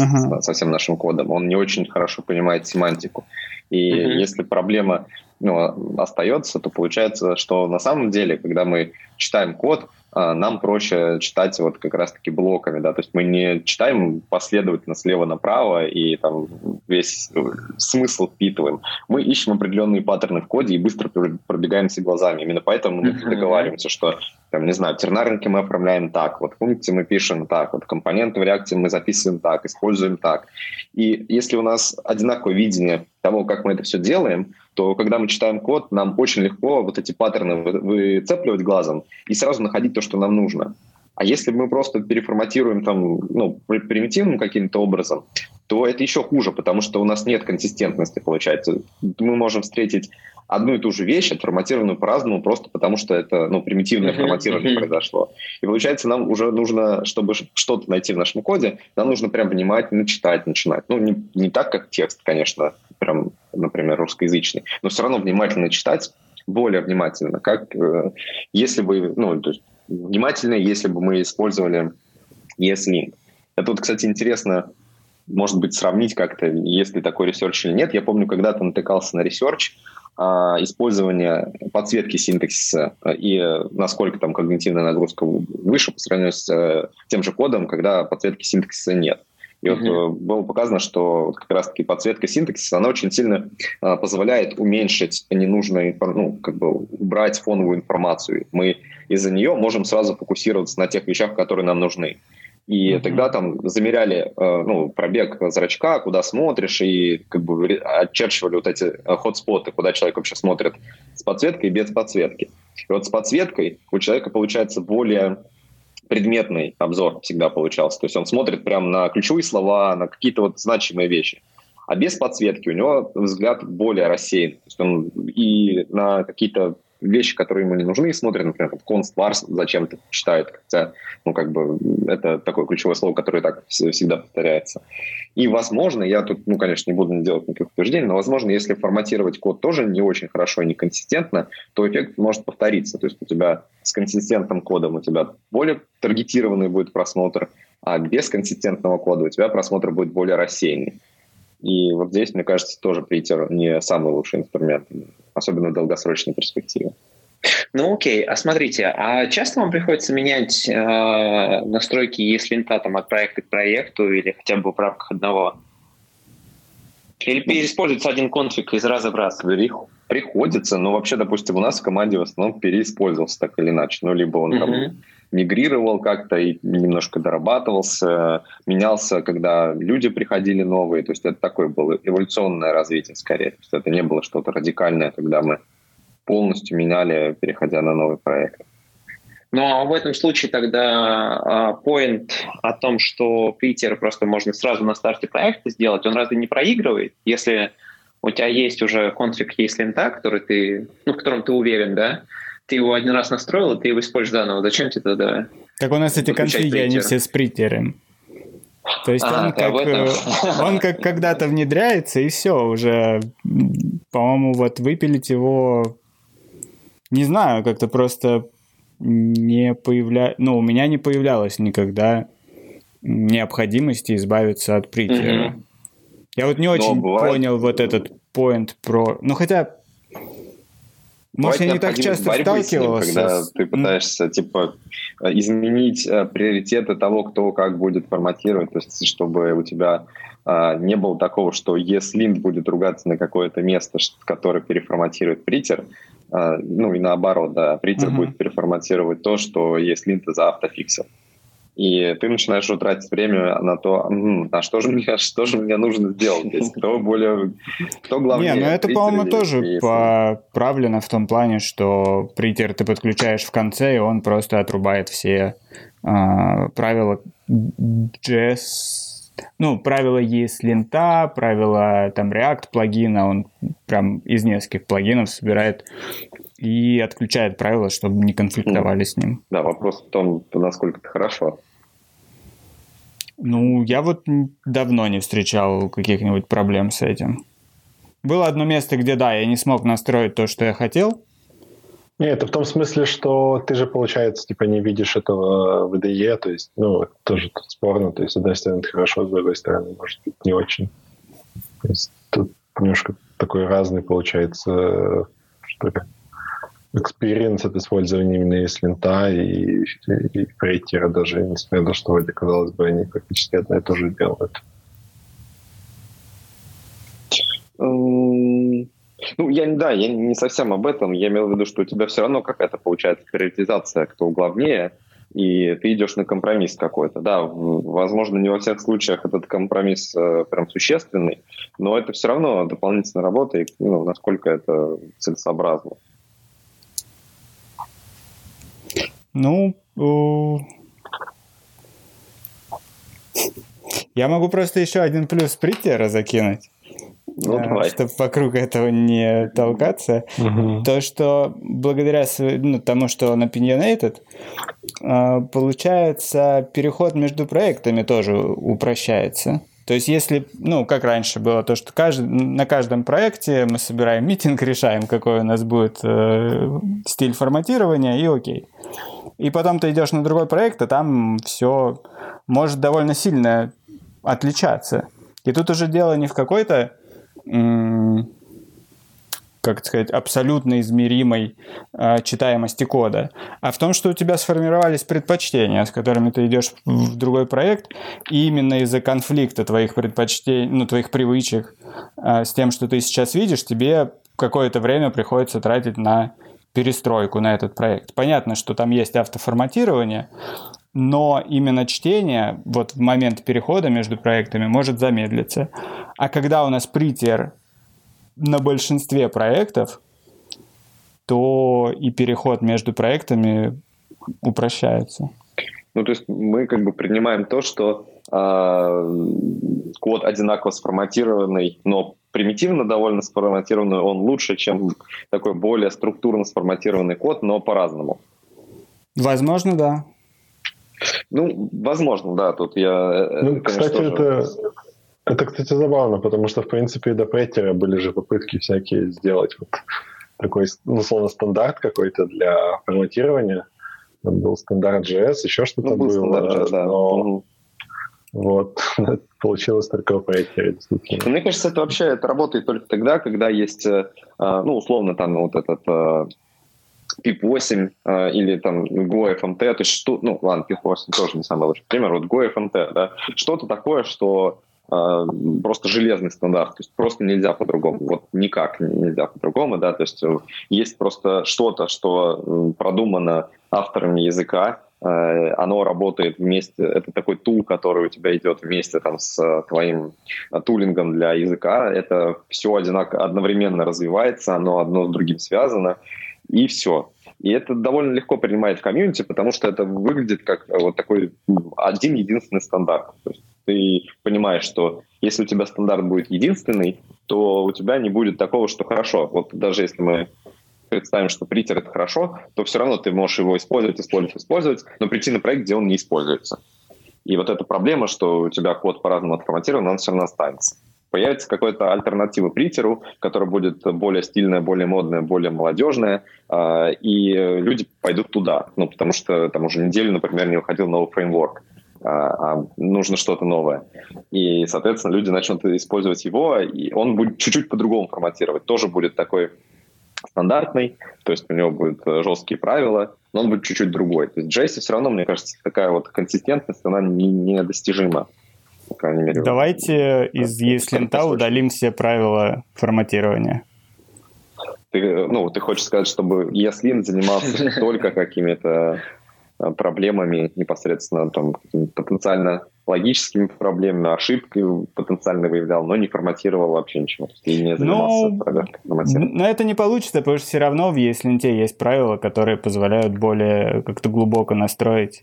[SPEAKER 1] нашим кодом. Он не очень хорошо понимает семантику. И если проблема остается, то получается, что на самом деле, когда мы читаем код, нам проще читать вот как раз-таки блоками, да, то есть мы не читаем последовательно слева направо и там весь смысл впитываем. Мы ищем определенные паттерны в коде и быстро пробегаемся глазами. Именно поэтому мы договариваемся, что, там, не знаю, тернарники мы оформляем так, вот функции мы пишем так, вот компоненты в реакции мы записываем так, используем так. И если у нас одинаковое видение того, как мы это все делаем, то когда мы читаем код, нам очень легко вот эти паттерны выцепливать глазом и сразу находить то, что нам нужно. А если мы просто переформатируем там, примитивным каким-то образом, то это еще хуже, потому что у нас нет консистентности, получается. Мы можем встретить одну и ту же вещь, отформатированную по-разному, просто потому что это примитивное форматирование произошло. И получается, нам уже нужно, чтобы что-то найти в нашем коде, нам нужно прям внимательно читать, начинать. Не так, как текст, конечно, прям, например, русскоязычный, но все равно внимательно читать, более внимательно, как если бы, то есть внимательнее, если бы мы использовали ESLint. Это вот, кстати, интересно, может быть, сравнить как-то, есть ли такой ресерч или нет. Я помню, когда-то натыкался на ресерч использования подсветки синтаксиса и насколько там когнитивная нагрузка выше по сравнению с тем же кодом, когда подсветки синтаксиса нет. И вот было показано, что вот как раз-таки подсветка синтаксиса, она очень сильно позволяет уменьшить ненужную, убрать фоновую информацию. Мы из-за нее можем сразу фокусироваться на тех вещах, которые нам нужны. И тогда там замеряли пробег зрачка, куда смотришь, и очерчивали вот эти хотспоты, куда человек вообще смотрит с подсветкой и без подсветки. И вот с подсветкой у человека получается более предметный обзор всегда получался. То есть он смотрит прямо на ключевые слова, на какие-то вот значимые вещи. А без подсветки у него взгляд более рассеян. То есть он и на какие-то вещи, которые ему не нужны, смотрят, например, конст-варс зачем-то читают, хотя, это такое ключевое слово, которое так всегда повторяется. И, возможно, я тут, конечно, не буду делать никаких утверждений, но, возможно, если форматировать код тоже не очень хорошо и неконсистентно, то эффект может повториться. То есть у тебя с консистентным кодом у тебя более таргетированный будет просмотр, а без консистентного кода у тебя просмотр будет более рассеянный. И вот здесь, мне кажется, тоже Prettier не самый лучший инструмент, особенно в долгосрочной перспективе.
[SPEAKER 3] Ну окей, а смотрите, а часто вам приходится менять настройки ESLint там от проекта к проекту или хотя бы в рамках одного? Или переиспользуется один конфиг из раза в раз?
[SPEAKER 1] Приходится, но вообще, допустим, у нас в команде в основном переиспользовался так или иначе. Либо он там мигрировал как-то и немножко дорабатывался, менялся, когда люди приходили новые. То есть это такое было эволюционное развитие скорее. То есть это не было что-то радикальное, когда мы полностью меняли, переходя на новый проект.
[SPEAKER 3] Ну, а в этом случае тогда point о том, что Prettier просто можно сразу на старте проекта сделать, он разве не проигрывает? Если у тебя есть уже конфиг ESLint, который в котором ты уверен, да? Ты его один раз настроил, и ты его используешь заново. Зачем тебе тогда?
[SPEAKER 2] Так у нас эти конфиги, они все с Prettier. То есть он как когда-то внедряется, и все, уже, по-моему, вот выпилить его, не знаю, как-то просто не появляется, у меня не появлялось никогда необходимости избавиться от Prettier. Я вот не очень понял вот этот point про... хотя... Может, я не так часто сталкивался.
[SPEAKER 1] Когда ты пытаешься, изменить приоритеты того, кто как будет форматировать, то есть, чтобы у тебя не было такого, что ESLint будет ругаться на какое-то место, которое переформатирует Prettier, и наоборот, да, Prettier будет переформатировать то, что ESLint заавтофиксил. И ты начинаешь тратить время на то, а что же мне нужно сделать здесь? Кто главнее?
[SPEAKER 2] Это, по-моему, тоже правильно в том плане, что Prettier ты подключаешь в конце, и он просто отрубает все правила JS, правила ESLint, правила React плагина, он прям из нескольких плагинов собирает и отключает правила, чтобы не конфликтовали с ним.
[SPEAKER 1] Да, вопрос в том, насколько это хорошо.
[SPEAKER 2] Я вот давно не встречал каких-нибудь проблем с этим. Было одно место, где, я не смог настроить то, что я хотел.
[SPEAKER 4] Нет, это в том смысле, что ты же, получается, не видишь этого в IDE, то есть, тоже тут спорно, то есть, с одной стороны, это хорошо, с другой стороны, может быть, не очень. То есть, тут немножко такой разный, получается, что ли, экспириенс от использования именно ESLint и Prettier даже, несмотря на то, что вроде, казалось бы, они практически одно и то же делают.
[SPEAKER 1] Я не совсем об этом. Я имел в виду, что у тебя все равно какая-то получается приоритизация, кто главнее, и ты идешь на компромисс какой-то. Да, возможно, не во всех случаях этот компромисс прям существенный, но это все равно дополнительная работа, и насколько это целесообразно.
[SPEAKER 2] Я могу просто еще один плюс Prettier закинуть. Чтобы вокруг этого не толкаться. То, что благодаря тому, что он opinionated, получается, переход между проектами тоже упрощается. То есть, если, как раньше было, то, что на каждом проекте мы собираем митинг, решаем, какой у нас будет стиль форматирования, и окей. И потом ты идешь на другой проект, а там все может довольно сильно отличаться. И тут уже дело не в какой-то как сказать, абсолютно измеримой читаемости кода, а в том, что у тебя сформировались предпочтения, с которыми ты идешь в другой проект, и именно из-за конфликта твоих предпочтений, ну, твоих привычек с тем, что ты сейчас видишь, тебе какое-то время приходится тратить на перестройку на этот проект. Понятно, что там есть автоформатирование, но именно чтение вот в момент перехода между проектами может замедлиться. А когда у нас притер на большинстве проектов, то и переход между проектами упрощается.
[SPEAKER 1] Ну, то есть мы как бы принимаем то, что код одинаково сформатированный, но примитивно довольно сформатированный, он лучше, чем такой более структурно сформатированный код, но по-разному.
[SPEAKER 2] Возможно, да.
[SPEAKER 1] Ну, возможно, да. Тут я...
[SPEAKER 4] Ну, кстати, это, кстати, забавно, потому что, в принципе, и до Претера были же попытки всякие сделать вот такой, условно, стандарт какой-то для форматирования. Там был стандарт JS, еще что-то было.
[SPEAKER 1] Стандарт, да.
[SPEAKER 4] Но вот, получилось только в Претере, действительно.
[SPEAKER 1] Мне кажется, это работает только тогда, когда есть, ну, условно, там вот этот... PIP8 или там GoFMT, то есть что, ну ладно, PIP8 тоже не самый лучший пример, вот GoFMT, да, что-то такое, что просто железный стандарт, то есть просто нельзя по-другому, вот никак нельзя по-другому, да, то есть есть просто что-то, что продумано авторами языка, оно работает вместе, это такой тул, который у тебя идет вместе там с твоим тулингом для языка, это все одновременно развивается, оно одно с другим связано, и все. И это довольно легко принимает в комьюнити, потому что это выглядит как вот такой один-единственный стандарт. То есть ты понимаешь, что если у тебя стандарт будет единственный, то у тебя не будет такого, что хорошо. Вот даже если мы представим, что притер — это хорошо, то все равно ты можешь его использовать, но прийти на проект, где он не используется. И вот эта проблема, что у тебя код по-разному отформатирован, он все равно останется. Появится какая-то альтернатива притеру, которая будет более стильная, более модная, более молодежная, и люди пойдут туда, ну, потому что там уже неделю, например, не выходил новый фреймворк, а нужно что-то новое. И, соответственно, люди начнут использовать его, и он будет чуть-чуть по-другому форматировать. Тоже будет такой стандартный, то есть у него будут жесткие правила, но он будет чуть-чуть другой. То есть в JS все равно, мне кажется, такая вот консистентность, она недостижима. По крайней мере,
[SPEAKER 2] давайте из ESLint удалим все правила форматирования.
[SPEAKER 1] Ты хочешь сказать, чтобы ESLint занимался только какими-то проблемами непосредственно, там, потенциально логическими проблемами, ошибки потенциально выявлял, но не форматировал вообще ничего. И не занимался проверкой форматирования.
[SPEAKER 2] Но это не получится, потому что все равно в ESLint есть правила, которые позволяют более как-то глубоко настроить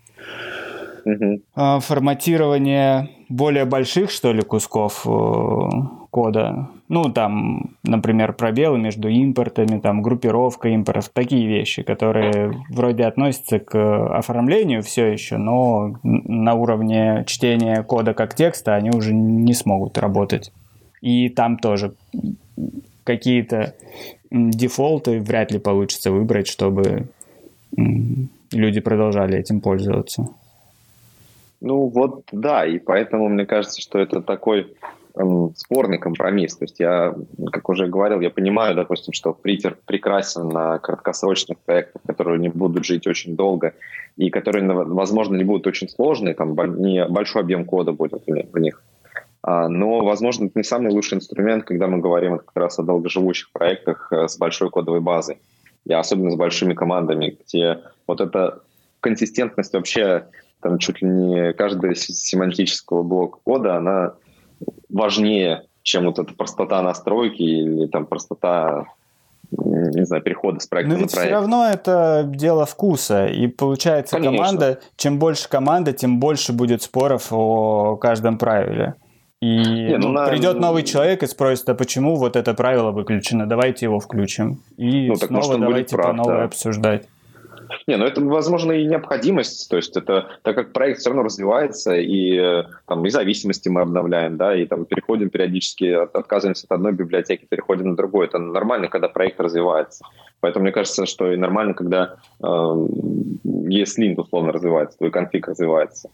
[SPEAKER 2] форматирование более больших, что ли, кусков кода. Ну, там, например, пробелы между импортами, там, группировка импортов, такие вещи, которые вроде относятся к оформлению все еще, но на уровне чтения кода как текста они уже не смогут работать. И там тоже какие-то дефолты вряд ли получится выбрать, чтобы люди продолжали этим пользоваться.
[SPEAKER 1] Ну вот, да, и поэтому мне кажется, что это такой спорный компромисс. То есть я, как уже говорил, я понимаю, допустим, что притер прекрасен на краткосрочных проектах, которые не будут жить очень долго и которые, возможно, не будут очень сложные, там не большой объем кода будет в них. Но, возможно, это не самый лучший инструмент, когда мы говорим как раз о долгоживущих проектах с большой кодовой базой, и особенно с большими командами, где вот эта консистентность вообще там чуть ли не каждого семантического блока кода, она важнее, чем вот эта простота настройки или там простота, не знаю, перехода с проекта на проект.
[SPEAKER 2] Но ведь все равно это дело вкуса. И получается, команда, чем больше команда, тем больше будет споров о каждом правиле. И придет новый человек и спросит, а почему вот это правило выключено? Давайте его включим. И снова давайте по новой обсуждать.
[SPEAKER 1] Это, возможно, и необходимость, то есть это, так как проект все равно развивается, и там и зависимости мы обновляем, да, и там переходим периодически, отказываемся от одной библиотеки, переходим на другую. Это нормально, когда проект развивается. Поэтому мне кажется, что и нормально, когда ESLint условно развивается, твой конфиг развивается.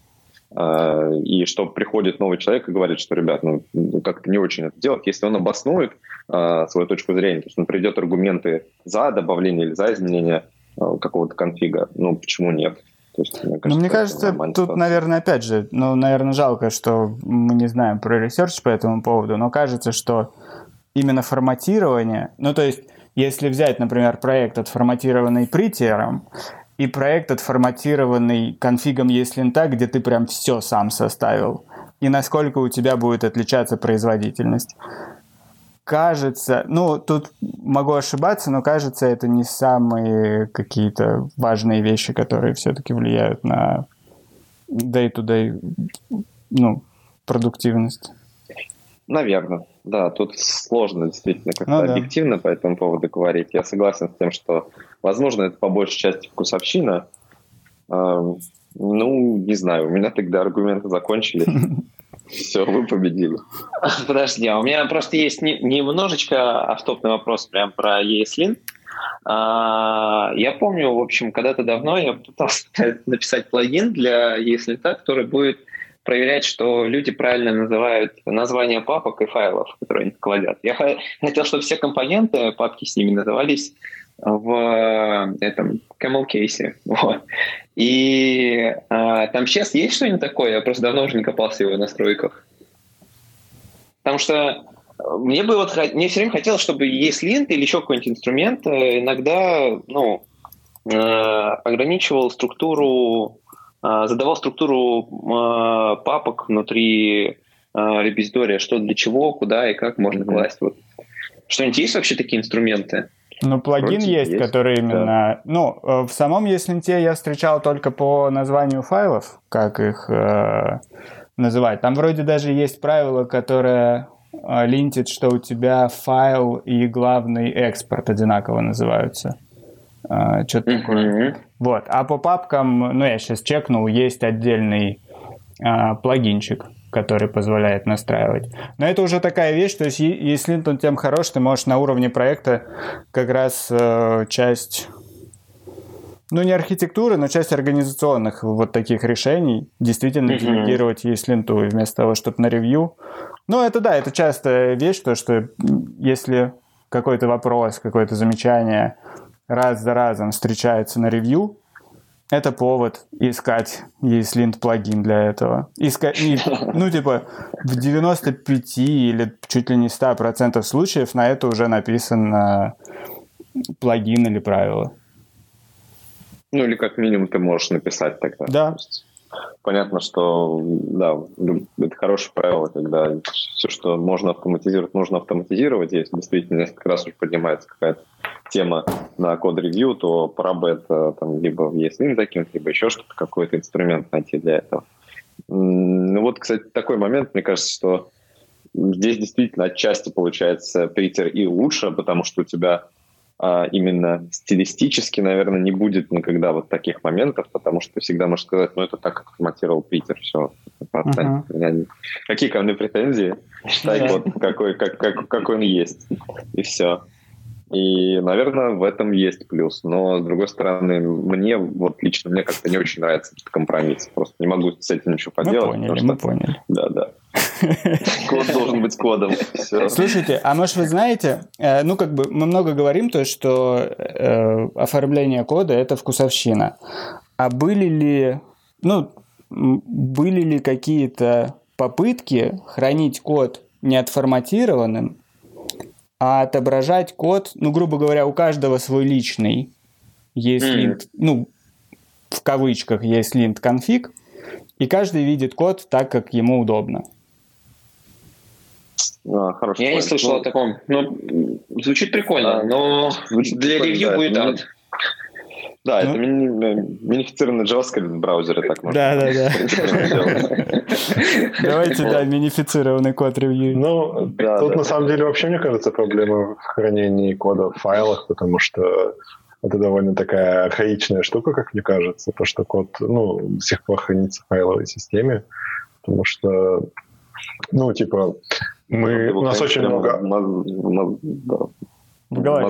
[SPEAKER 1] И что приходит новый человек и говорит, что, ребят, как-то не очень это делать. Если он обоснует, свою точку зрения. То есть он приведет аргументы за добавление или за изменение какого-то конфига. Ну, почему нет? То есть,
[SPEAKER 2] мне кажется, тут, наверное, опять же, наверное, жалко, что мы не знаем про ресерч по этому поводу, но кажется, что именно форматирование, то есть, если взять, например, проект, отформатированный Prettier, и проект, отформатированный конфигом ESLint, где ты прям все сам составил, и насколько у тебя будет отличаться производительность. Кажется, тут могу ошибаться, но кажется, это не самые какие-то важные вещи, которые все-таки влияют на day-to-day, продуктивность.
[SPEAKER 1] Наверное, да, тут сложно действительно как-то объективно по этому поводу говорить. Я согласен с тем, что, возможно, это по большей части вкусовщина. Не знаю, у меня тогда аргументы закончились. Все, вы победили.
[SPEAKER 3] Подожди, у меня просто есть немножечко автопный вопрос прям про ESLint. Я помню, в общем, когда-то давно я пытался написать плагин для ESLint, который будет проверять, что люди правильно называют названия папок и файлов, которые они кладят. Я хотел, чтобы все компоненты, папки с ними назывались в этом camel case. Вот. И там сейчас есть что-нибудь такое? Я просто давно уже не копался в его настройках. Потому что мне все время хотелось, чтобы ESLint или еще какой-нибудь инструмент иногда ограничивал структуру, задавал структуру папок внутри репозитория, что для чего, куда и как можно класть. Вот. Что-нибудь есть вообще такие инструменты?
[SPEAKER 2] Плагин есть, который именно... Да. В самом ESLint я встречал только по названию файлов, как их называть. Там вроде даже есть правило, которое линтит, что у тебя файл и главный экспорт одинаково называются. Что-то такое. Вот. А по папкам, я сейчас чекнул, есть отдельный плагинчик, который позволяет настраивать. Но это уже такая вещь, то есть если он тем хорош, ты можешь на уровне проекта как раз часть, не архитектуры, но часть организационных вот таких решений действительно делегировать ESLint вместо того, чтобы на ревью. Это частая вещь, то что если какой-то вопрос, какое-то замечание раз за разом встречается на ревью, это повод искать ESLint плагин для этого. В 95 или чуть ли не 100% случаев на это уже написан плагин или правило.
[SPEAKER 1] Или как минимум ты можешь написать тогда.
[SPEAKER 2] Да.
[SPEAKER 1] Понятно, что это хорошее правило, когда все, что можно автоматизировать, нужно автоматизировать. Если действительно несколько раз уже поднимается какая-то тема на код-ревью, то пора бы это либо в ESLint закинуть, либо еще что-то, какой-то инструмент найти для этого. Кстати, такой момент, мне кажется, что здесь действительно отчасти получается Prettier и лучше, потому что у тебя именно стилистически, наверное, не будет никогда вот таких моментов, потому что всегда можешь сказать, это так форматировал Prettier, все. Какие ко мне претензии? Читай код, какой он есть, и все. И, наверное, в этом есть плюс. Но, с другой стороны, мне как-то не очень нравится этот компромисс. Просто не могу с этим ничего поделать.
[SPEAKER 2] Мы поняли.
[SPEAKER 1] Да. Код должен быть кодом. Все.
[SPEAKER 2] Слушайте, а может вы знаете, мы много говорим, то, что оформление кода – это вкусовщина. А были ли какие-то попытки хранить код не отформатированным, а отображать код, грубо говоря, у каждого свой личный ESLint, в кавычках ESLint конфиг, и каждый видит код так, как ему удобно.
[SPEAKER 3] Я не слышал о таком. Звучит прикольно, но для ревью будет ад.
[SPEAKER 1] Да, это минифицированный JavaScript в браузере, так можно.
[SPEAKER 2] Да. Давайте, минифицированный код ревью.
[SPEAKER 4] Тут на самом деле вообще, мне кажется, проблема в хранении кода в файлах, потому что это довольно такая архаичная штука, как мне кажется, то, что код, до сих пор хранится в файловой системе, потому что, у нас очень много...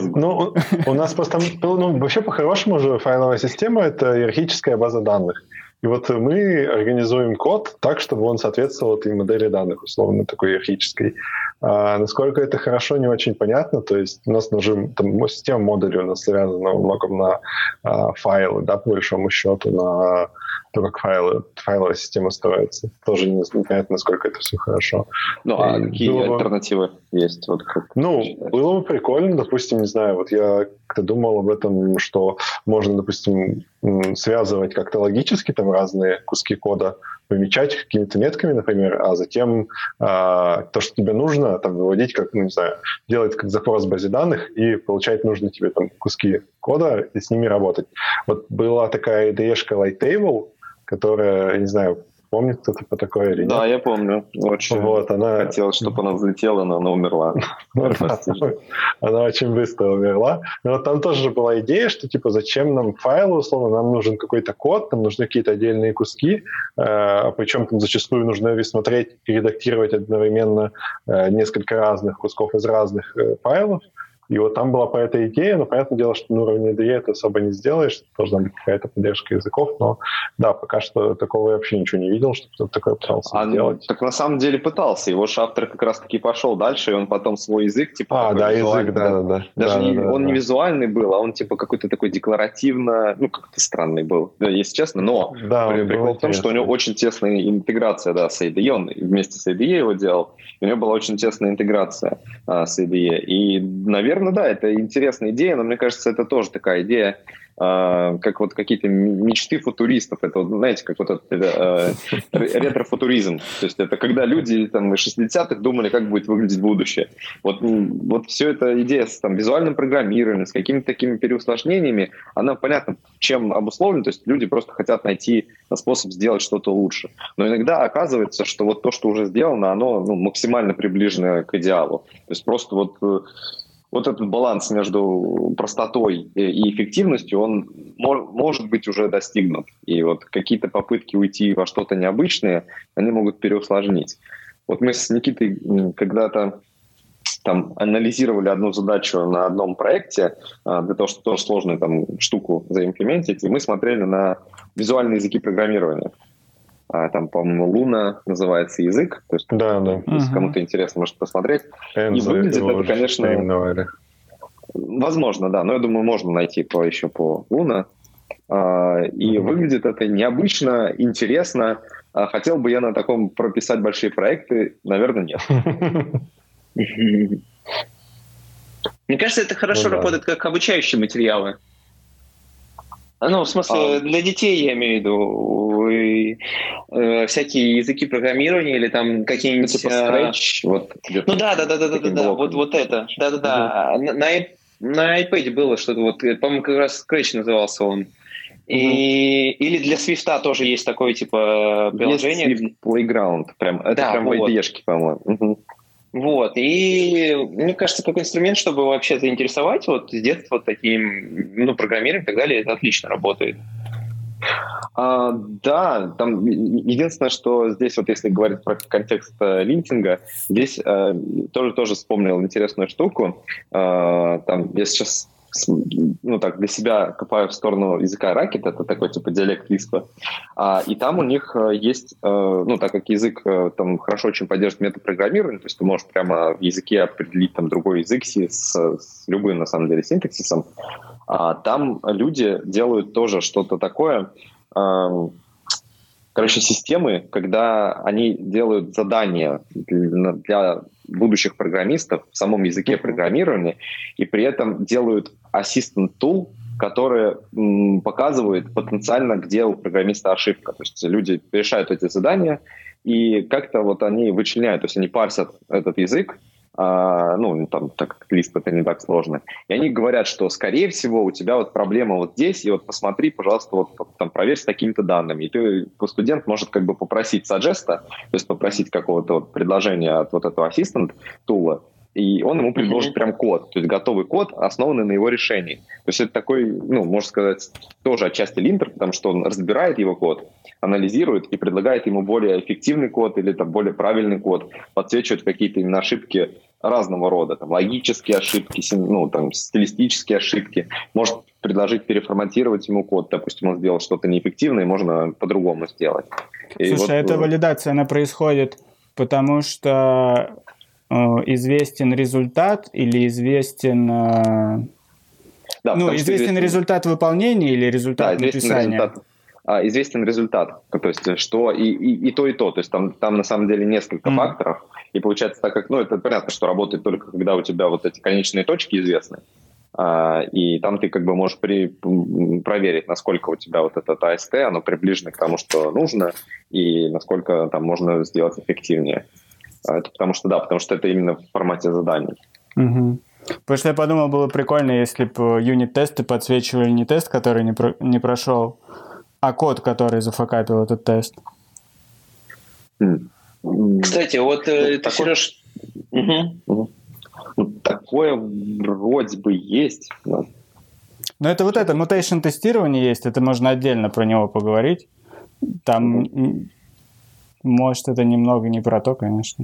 [SPEAKER 4] У нас просто, вообще по-хорошему же файловая система — это иерархическая база данных. И вот мы организуем код так, чтобы он соответствовал этой модели данных, условно, такой иерархической. Насколько это хорошо, не очень понятно. То есть у нас там система модулей у нас связана во многом на файлы, да, по большому счету, на то, как файловая система строится. Тоже непонятно, насколько это все хорошо.
[SPEAKER 1] Ну, а какие альтернативы есть? Вот как...
[SPEAKER 4] Ну, было бы прикольно, допустим, не знаю, вот я как-то думал об этом, что можно, допустим, связывать как-то логически там разные куски кода, помечать какими-то метками, например, а затем то, что тебе нужно, там, выводить, как, ну, не знаю, делать как запрос в базе данных и получать нужные тебе там куски кода и с ними работать. Вот была такая IDE-шка Lighttable, которая, я не знаю, помнит кто-то по такой или нет?
[SPEAKER 1] Да, я помню. Очень
[SPEAKER 4] вот, она...
[SPEAKER 1] хотела, чтобы она взлетела, но она умерла.
[SPEAKER 4] Она очень быстро умерла. Но вот там тоже была идея, что типа зачем нам файлы, условно, нам нужен какой-то код, нам нужны какие-то отдельные куски, причем там зачастую нужно смотреть и редактировать одновременно несколько разных кусков из разных файлов. И вот там была по этой идее, но понятное дело, что на уровне IDE это особо не сделаешь, должна быть какая-то поддержка языков, но да, пока что такого я вообще ничего не видел, что кто-то такое пытался сделать.
[SPEAKER 1] Так на самом деле пытался, его же автор как раз-таки пошел дальше, и он потом свой язык, типа...
[SPEAKER 4] да, язык, да.
[SPEAKER 1] Даже он не визуальный был, а он типа какой-то такой декларативно, ну, как-то странный был, если честно, но прикол в том, что у него очень тесная интеграция, да, с IDE, он вместе с IDE его делал, и у него была очень тесная интеграция с IDE, и, наверное, да, это интересная идея, но мне кажется, это тоже такая идея, как вот какие-то мечты футуристов. Это, вот, знаете, как вот этот ретро-футуризм. То есть это когда люди там, в 60-х думали, как будет выглядеть будущее. Вот все эта идея с там, визуальным программированием, с какими-то такими переусложнениями, она понятно, чем обусловлена. То есть люди просто хотят найти способ сделать что-то лучше. Но иногда оказывается, что вот то, что уже сделано, оно максимально приближено к идеалу. То есть просто вот этот баланс между простотой и эффективностью, он может быть уже достигнут. И вот какие-то попытки уйти во что-то необычное, они могут переусложнить. Вот мы с Никитой когда-то там анализировали одну задачу на одном проекте, для того, чтобы тоже сложную там штуку заимплементить, и мы смотрели на визуальные языки программирования. Там, по-моему, Луна называется язык. То есть, если кому-то интересно, может посмотреть. И выглядит это, конечно... Возможно, да. Но я думаю, можно найти еще по Луна. И выглядит это необычно, интересно. Хотел бы я на таком прописать большие проекты? Наверное, нет.
[SPEAKER 3] Мне кажется, это хорошо работает как обучающие материалы. Ну, в смысле, для детей, я имею в виду, всякие языки программирования или там какие-нибудь...
[SPEAKER 1] Типа Scratch, вот.
[SPEAKER 3] Ну да, вот это. Да. На iPad было что-то, вот, по-моему, как раз Scratch назывался он. Или для Swift тоже есть такое, типа, приложение.
[SPEAKER 1] Есть Swift Playground, это прям в IDE-шке, по-моему.
[SPEAKER 3] Вот, и мне кажется, как инструмент, чтобы вообще заинтересовать вот с детства вот таким, программированием и так далее, это отлично работает.
[SPEAKER 1] Да, там единственное, что здесь, вот если говорить про контекст линтинга, здесь тоже вспомнил интересную штуку. Там я сейчас для себя копаю в сторону языка Racket, это такой типа диалект Lisp. И там у них есть, так как язык там хорошо очень поддерживает метапрограммирование, то есть ты можешь прямо в языке определить там другой язык с любым, на самом деле, синтаксисом. Там люди делают тоже что-то такое, системы, когда они делают задания для будущих программистов в самом языке программирования, и при этом делают assistant tool, который показывает потенциально, где у программиста ошибка. То есть люди решают эти задания, и как-то вот они вычленяют, то есть они парсят этот язык, так как Lisp это не так сложно. И они говорят, что, скорее всего, у тебя вот проблема вот здесь, и вот посмотри, пожалуйста, вот там проверь с такими-то данными. И студент может как бы попросить саджеста, то есть попросить какого-то вот предложения от вот этого ассистент тула, и он ему предложит прям код, то есть готовый код, основанный на его решении. То есть это такой, можно сказать, тоже отчасти линтер, потому что он разбирает его код, анализирует и предлагает ему более эффективный код или там более правильный код, подсвечивает какие-то именно ошибки разного рода, там, логические ошибки, стилистические ошибки, может предложить переформатировать ему код. Допустим, он сделал что-то неэффективное, можно по-другому сделать.
[SPEAKER 2] Слушай, вот, эта валидация, она происходит потому что известен результат или известен...
[SPEAKER 1] Да,
[SPEAKER 2] известен результат выполнения или результат написания?
[SPEAKER 1] Известен результат, то есть что и то, и то. То есть там на самом деле несколько факторов. И получается, так как, это понятно, что работает только когда у тебя вот эти конечные точки известны. И там ты как бы можешь проверить, насколько у тебя вот этот АСТ, оно приближено к тому, что нужно, и насколько там можно сделать эффективнее. Это потому что это именно в формате заданий.
[SPEAKER 2] Угу. Потому что я подумал, было прикольно, если бы юнит-тесты подсвечивали не тест, который не прошел, а код, который зафакапил этот тест.
[SPEAKER 3] Кстати, вот ты, Сереж...
[SPEAKER 1] Такое вроде бы есть. Но
[SPEAKER 2] это вот это mutation тестирование есть, это можно отдельно про него поговорить. Там, может, это немного не про то, конечно.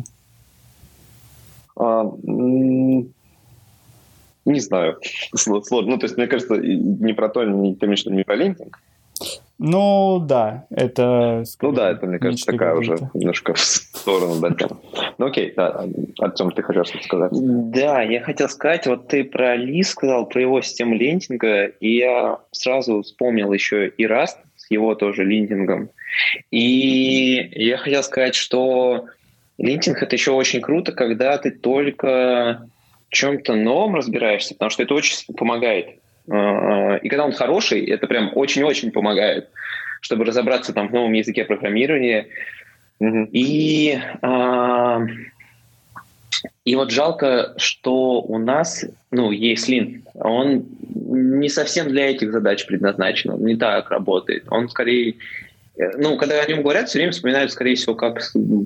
[SPEAKER 1] Не знаю. Сложно. То есть, мне кажется, не про то, ты имеешь в виду не про линтинг?
[SPEAKER 2] Да, это...
[SPEAKER 1] это, мне кажется, такая уже немножко в сторону, да, тема. Окей, да, Артем, ты хотел что-то сказать?
[SPEAKER 3] Да, я хотел сказать, вот ты про Ли сказал, про его систему линтинга, и я сразу вспомнил еще и Rust с его тоже линтингом. И я хотел сказать, что линтинг — это еще очень круто, когда ты только в чем-то новом разбираешься, потому что это очень помогает. И когда он хороший, это прям очень-очень помогает, чтобы разобраться там в новом языке программирования. И вот жалко, что у нас, ESLint, он не совсем для этих задач предназначен, он не так работает. Он скорее, когда о нем говорят, все время вспоминают, скорее всего, как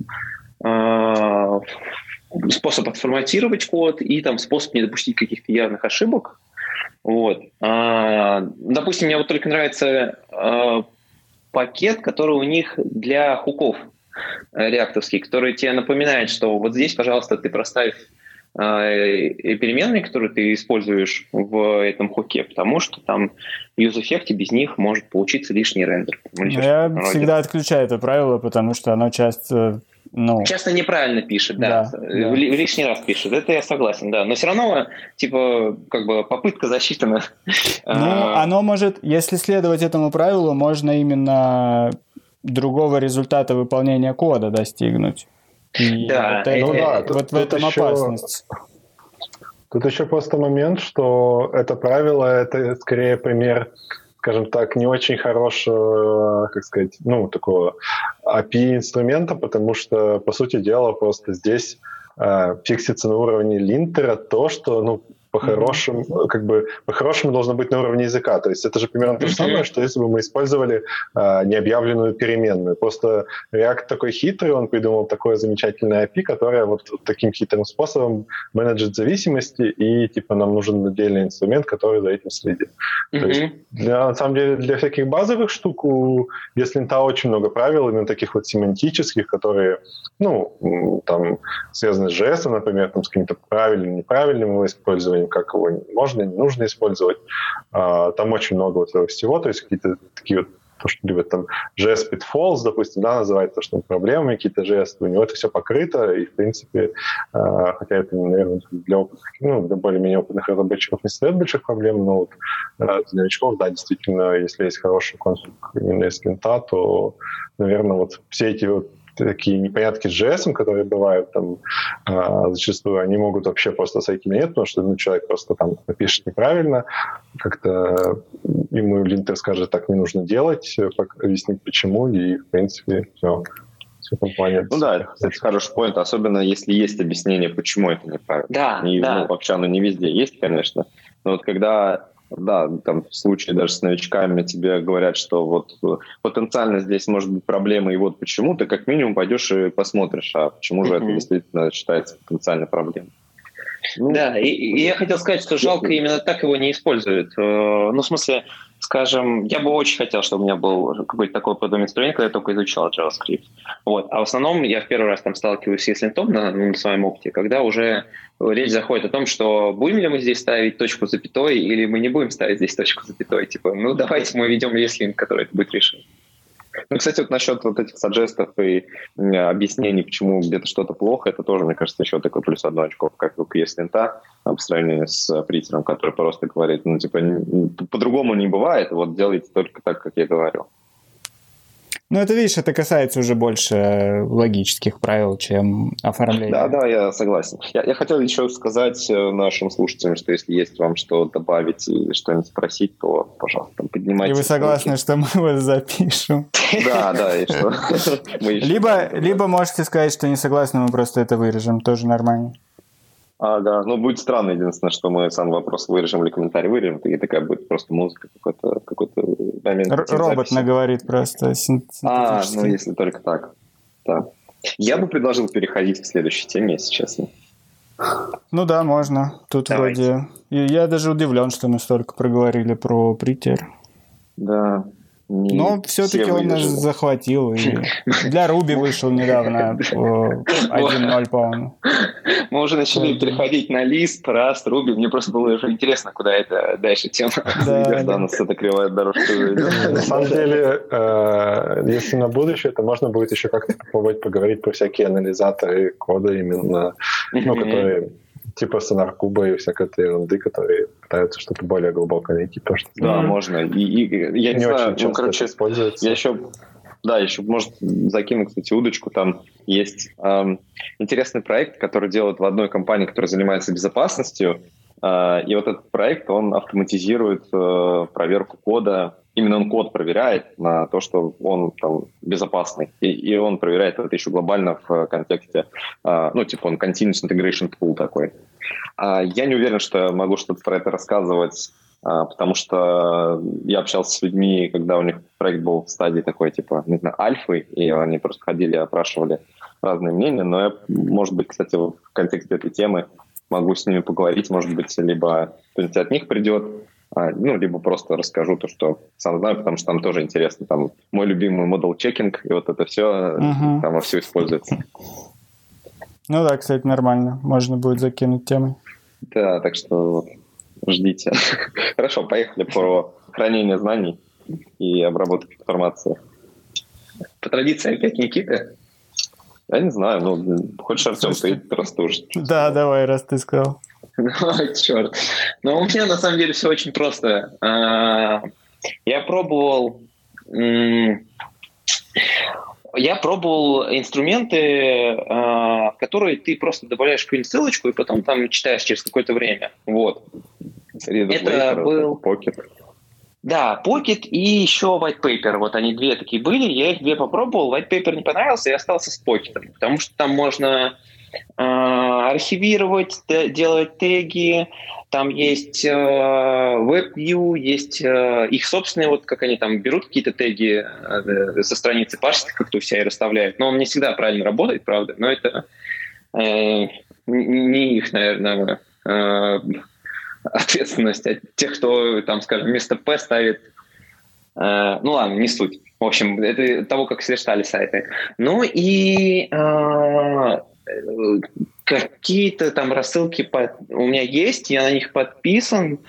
[SPEAKER 3] способ отформатировать код и там способ не допустить каких-то явных ошибок. Вот. Допустим, мне вот только нравится пакет, который у них для хуков реактовский, который тебе напоминает, что вот здесь, пожалуйста, ты проставь переменные, которые ты используешь в этом хуке, потому что там в use-эффекте без них может получиться лишний рендер.
[SPEAKER 2] Я всегда отключаю это правило, потому что оно часто...
[SPEAKER 3] Часто неправильно пишет, да. Лишний раз пишет. Это я согласен, да. Но все равно, попытка засчитана.
[SPEAKER 2] Оно может, если следовать этому правилу, можно именно другого результата выполнения кода достигнуть.
[SPEAKER 3] Да.
[SPEAKER 2] Вот в этом опасность.
[SPEAKER 4] Тут еще просто момент, что это правило, это скорее пример, скажем так, не очень хорошего, такого API-инструмента, потому что, по сути дела, просто здесь фиксится на уровне линтера то, что, по-хорошему, по-хорошему должно быть на уровне языка. То есть это же примерно то же самое, что если бы мы использовали необъявленную переменную. Просто React такой хитрый, он придумал такое замечательное API, которое вот таким хитрым способом менеджит зависимости, и нам нужен отдельный инструмент, который за этим следит. То есть, на самом деле, для всяких базовых штук у ESLint очень много правил, именно таких вот семантических, которые, там, связаны с JS, например, там, с каким-то правильным, неправильным его использованием, как его можно и не нужно использовать. Там очень много вот этого всего, то есть какие-то такие вот, то, что любят там JS Pitfalls, допустим, называется, что проблемы какие-то JS, у него это все покрыто, и, в принципе, хотя это, наверное, для более-менее опытных разработчиков не создает больших проблем, но вот для новичков, да, действительно, если есть хороший конфиг именно из линта, то, наверное, вот все эти вот такие непонятки с JS, которые бывают там зачастую, они могут вообще просто сойти на нет, потому что человек просто там напишет неправильно, как-то ему линтер скажет, так не нужно делать, объяснить почему, и, в принципе, все в этом плане.
[SPEAKER 1] Это хороший поинт, особенно если есть объяснение, почему это неправильно.
[SPEAKER 3] Да.
[SPEAKER 1] Вообще оно не везде есть, конечно, но вот когда... Да, там в случае даже с новичками тебе говорят, что вот потенциально здесь может быть проблема, и вот почему, ты как минимум пойдешь и посмотришь, а почему же это действительно считается потенциальной проблемой.
[SPEAKER 3] Да, и я хотел сказать, что жалко именно так его не используют. В смысле, скажем, я бы очень хотел, чтобы у меня был какой-то такой подобный инструмент, когда я только изучал JavaScript. Вот. А в основном я в первый раз там сталкиваюсь с ESLint на своем опыте, когда уже речь заходит о том, что будем ли мы здесь ставить точку с запятой или мы не будем ставить здесь точку с запятой. Типа, ну давайте мы введем ESLint, который это будет решить.
[SPEAKER 1] Ну, кстати, вот насчет вот этих саджестов и объяснений, почему где-то что-то плохо, это тоже, мне кажется, еще такой плюс одно очко, как у ESLint, по сравнению с притером, который просто говорит, ну, типа, по-другому не бывает, вот делайте только так, как я говорю.
[SPEAKER 2] Ну, это, видишь, это касается уже больше логических правил, чем оформления.
[SPEAKER 1] Да, я согласен. Я хотел еще сказать нашим слушателям, что если есть вам что добавить или что-нибудь спросить, то, пожалуйста, поднимайте.
[SPEAKER 2] И вы согласны, что мы вас запишем?
[SPEAKER 1] Да, и что?
[SPEAKER 2] Либо можете сказать, что не согласны, мы просто это вырежем, тоже нормально.
[SPEAKER 1] Да, ну будет странно, единственное, что мы сам вопрос вырежем или комментарий вырежем, и такая будет просто музыка, какой-то момент.
[SPEAKER 2] Робот наговорит просто синтетически.
[SPEAKER 1] Ну если только так. Да. Я бы предложил переходить к следующей теме, если честно.
[SPEAKER 2] Ну да, можно. Тут давайте. Вроде... Я даже удивлен, что мы столько проговорили про притер.
[SPEAKER 1] Да.
[SPEAKER 2] Но все-таки он нас захватил. И для Руби вышел недавно 1.0, по-моему.
[SPEAKER 3] Мы уже начали переходить на Lisp, Rust, Ruby. Мне просто было уже интересно, куда это дальше тема.
[SPEAKER 1] Да, нас эта кривая дорожка зайдет.
[SPEAKER 4] На самом деле, если на будущее, то можно будет еще как-то попробовать поговорить про всякие анализаторы кода именно, которые... типа сонар-куба и всякой этой ерунды, которые пытаются что-то более глубоко найти.
[SPEAKER 1] Да, можно. И я не знаю,
[SPEAKER 4] очень часто используется.
[SPEAKER 1] Я еще, может, закину, кстати, удочку. Там есть интересный проект, который делают в одной компании, которая занимается безопасностью. И вот этот проект, он автоматизирует проверку кода. Именно он код проверяет на то, что он там безопасный. И он проверяет это еще глобально в контексте, он continuous integration tool такой. Я не уверен, что могу что-то про это рассказывать, потому что я общался с людьми, когда у них проект был в стадии такой, типа, не знаю, альфы, и они просто ходили и опрашивали разные мнения. Но я, может быть, кстати, в контексте этой темы могу с ними поговорить, может быть, либо кто-нибудь от них придет, либо просто расскажу то, что сам знаю, потому что там тоже интересно. Там мой любимый model checking, и вот это все, там во все используется.
[SPEAKER 2] Ну да, кстати, нормально. Можно будет закинуть темы.
[SPEAKER 1] Да, так что вот, ждите. Хорошо, поехали про хранение знаний и обработку информации.
[SPEAKER 3] По традиции опять Никита.
[SPEAKER 1] Я не знаю, хочешь, Артем, ты просто уже...
[SPEAKER 2] Да, давай, раз ты сказал.
[SPEAKER 3] Черт. Но у меня на самом деле все очень просто. Я пробовал инструменты, в которые ты просто добавляешь какую-нибудь ссылочку и потом там читаешь через какое-то время. Вот. Это был
[SPEAKER 1] Pocket.
[SPEAKER 3] Да, Pocket и еще White Paper. Вот они две такие были, я их две попробовал. White Paper не понравился, и остался с Pocket, потому что там можно архивировать, делать теги, там есть WebView, есть их собственные, вот как они там берут какие-то теги со страницы, парсят как-то у себя и расставляют. Но он не всегда правильно работает, правда, но это не их, наверное, ответственность от тех, кто там, скажем, вместо P ставит. Ну ладно, не суть. В общем, это того, как сверстали сайты. Ну и какие-то там рассылки у меня есть, я на них подписан,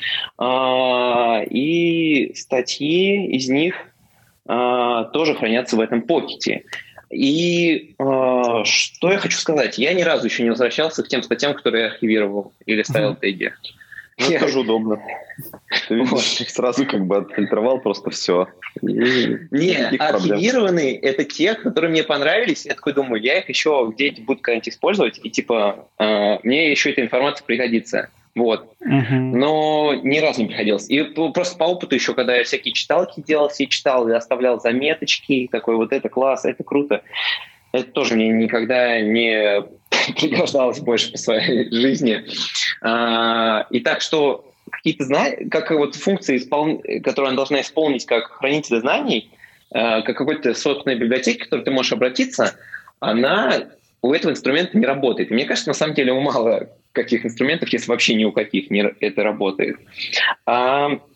[SPEAKER 3] и статьи из них тоже хранятся в этом покете. И что я хочу сказать? Я ни разу еще не возвращался к тем статьям, которые я архивировал или ставил теги.
[SPEAKER 1] Это тоже удобно. Ты видишь, сразу как бы отфильтровал просто все.
[SPEAKER 3] Не, архивированные — это те, которые мне понравились. Я такой думаю, я их еще где-нибудь буду когда-нибудь использовать, и типа мне еще эта информация пригодится. Вот. Но ни разу не приходилось. И просто по опыту еще, когда я всякие читалки делал, все читал, я оставлял заметочки, такой вот это класс, это круто. Это тоже мне никогда не пригождалось больше по своей жизни. И так что какие-то знания, как вот функции, которые она должна исполнить как хранитель знаний, как какой-то собственной библиотеки, к которой ты можешь обратиться, она у этого инструмента не работает. И мне кажется, на самом деле у мало каких инструментов, если вообще ни у каких это работает.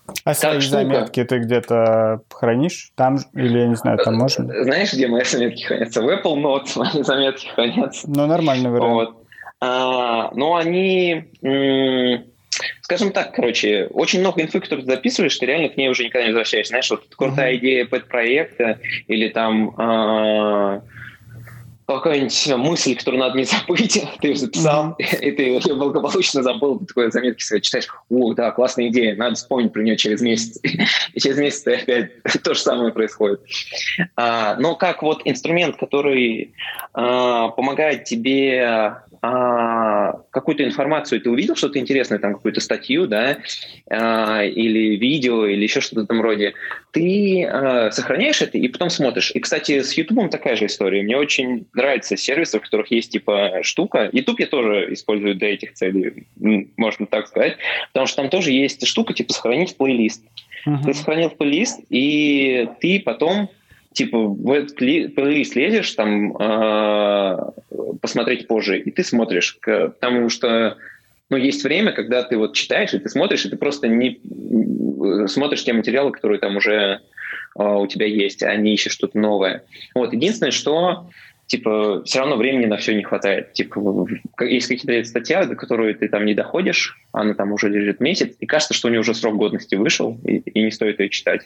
[SPEAKER 2] А свои заметки ты где-то хранишь там? Или, я не знаю, там можно?
[SPEAKER 3] Знаешь, где мои заметки хранятся? В Apple Notes мои заметки хранятся.
[SPEAKER 2] Ну, нормальный вариант.
[SPEAKER 3] Вот. Но они, скажем так, короче, очень много инфы, которую ты записываешь, ты реально к ней уже никогда не возвращаешься. Знаешь, вот крутая идея пэт-проекта или там какая-нибудь мысль, которую надо не забыть, ты ее записал, и ты ее благополучно забыл, ты такой заметки свои читаешь, да, классная идея, надо вспомнить про нее через месяц. И через месяц опять то же самое происходит. Но как вот инструмент, который помогает тебе какую-то информацию, ты увидел что-то интересное, там какую-то статью, да, или видео, или еще что-то в этом роде, ты сохраняешь это и потом смотришь. И, кстати, с YouTube такая же история. Мне очень нравятся сервисы, в которых есть типа штука. YouTube я тоже использую для этих целей, можно так сказать, потому что там тоже есть штука типа сохранить в плейлист. Ты сохранил в плейлист, и ты потом типа в этот плейлист лезешь, там посмотреть позже, и ты смотришь, потому что есть время, когда ты вот читаешь, и ты смотришь, и ты просто не смотришь те материалы, которые там уже у тебя есть, а не ищешь что-то новое. Вот. Единственное, что типа все равно времени на все не хватает. Типа есть какие-то статьи, до которой ты там не доходишь, она там уже лежит месяц, и кажется, что у нее уже срок годности вышел, и не стоит ее читать.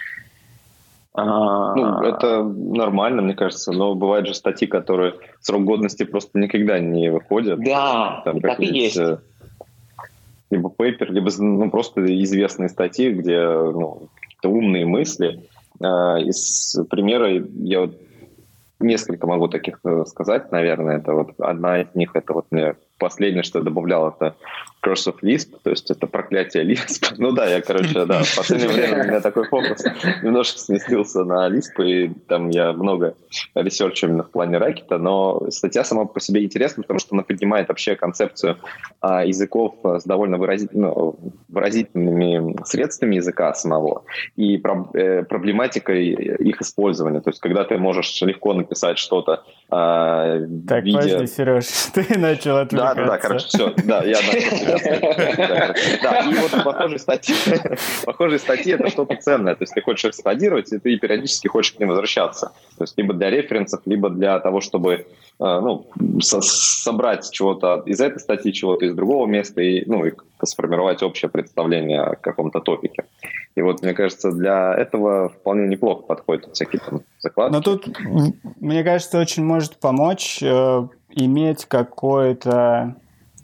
[SPEAKER 1] Это нормально, мне кажется, но бывают же статьи, которые срок годности просто никогда не выходят.
[SPEAKER 3] Да,
[SPEAKER 1] там
[SPEAKER 3] так и есть.
[SPEAKER 1] Либо пейпер, либо просто известные статьи, где какие-то умные мысли. Из примера я вот несколько могу таких сказать, наверное. Это вот одна из них, это вот мне последнее, что я добавлял, это Curse of Lisp, то есть это проклятие Lisp. В последнее время у меня такой фокус немножко сместился на Lisp, и там я много ресерчу именно в плане ракета, но статья сама по себе интересна, потому что она поднимает вообще концепцию языков с довольно выразительными средствами языка самого и проблематикой их использования. То есть когда ты можешь легко написать что-то
[SPEAKER 2] Так, подожди, Сереж, ты начал отвлекаться.
[SPEAKER 1] Да, короче, все. Да, я начал. Да, и вот похожие статьи — это что-то ценное. То есть ты хочешь их складировать, и ты периодически хочешь к ним возвращаться. То есть либо для референсов, либо для того, чтобы собрать чего-то из этой статьи, чего-то из другого места, и сформировать общее представление о каком-то топике. И вот, мне кажется, для этого вполне неплохо подходят всякие там закладки.
[SPEAKER 2] Но тут, мне кажется, очень может помочь иметь какой-то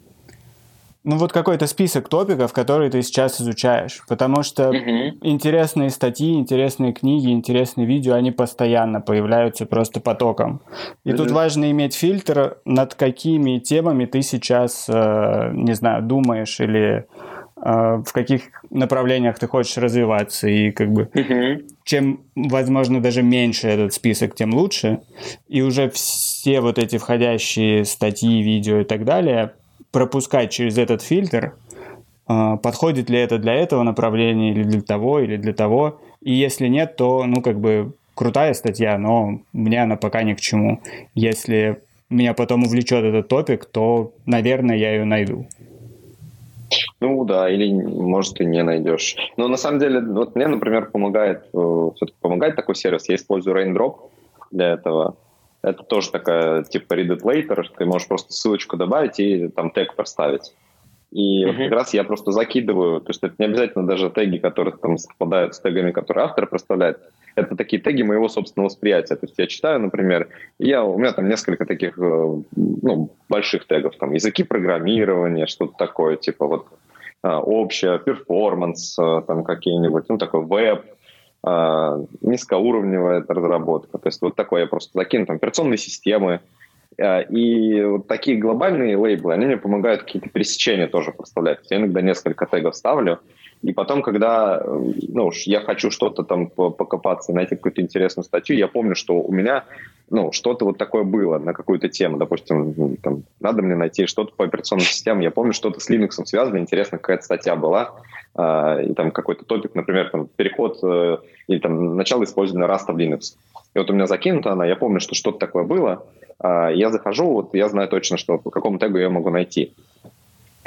[SPEAKER 2] список топиков, которые ты сейчас изучаешь. Потому что интересные статьи, интересные книги, интересные видео, они постоянно появляются просто потоком. И тут важно иметь фильтр, над какими темами ты сейчас, думаешь или в каких направлениях ты хочешь развиваться. И чем, возможно, даже меньше этот список, тем лучше. И уже все вот эти входящие статьи, видео и так далее пропускать через этот фильтр, подходит ли это для этого направления или для того. И если нет, то, крутая статья, но мне она пока ни к чему. Если меня потом увлечет этот топик, то, наверное, я ее найду.
[SPEAKER 1] Или, может, и не найдешь. Но на самом деле, вот мне, например, помогает такой сервис. Я использую Raindrop для этого. Это тоже такая, типа, read it later. Ты можешь просто ссылочку добавить и там тег проставить. И вот как раз я просто закидываю, то есть это не обязательно даже теги, которые там совпадают с тегами, которые автор проставляет. Это такие теги моего собственного восприятия. То есть я читаю, например, у меня там несколько таких больших тегов, там языки программирования, что-то такое, типа вот общее, перформанс, там какие-нибудь, такой веб, низкоуровневая разработка. То есть вот такое я просто закину, там операционные системы. И вот такие глобальные лейблы, они мне помогают какие-то пересечения тоже проставлять. Я иногда несколько тегов ставлю, и потом, когда я хочу что-то там покопаться, найти какую-то интересную статью, я помню, что у меня что-то вот такое было на какую-то тему. Допустим, там, надо мне найти что-то по операционным системам. Я помню, что-то с Linux связано, интересно, какая-то статья была, и там какой-то топик, например, там, переход или там начало использования Rust в Linux. И вот у меня закинута она, я помню, что что-то такое было, я захожу, вот я знаю точно, что по какому тегу я могу найти.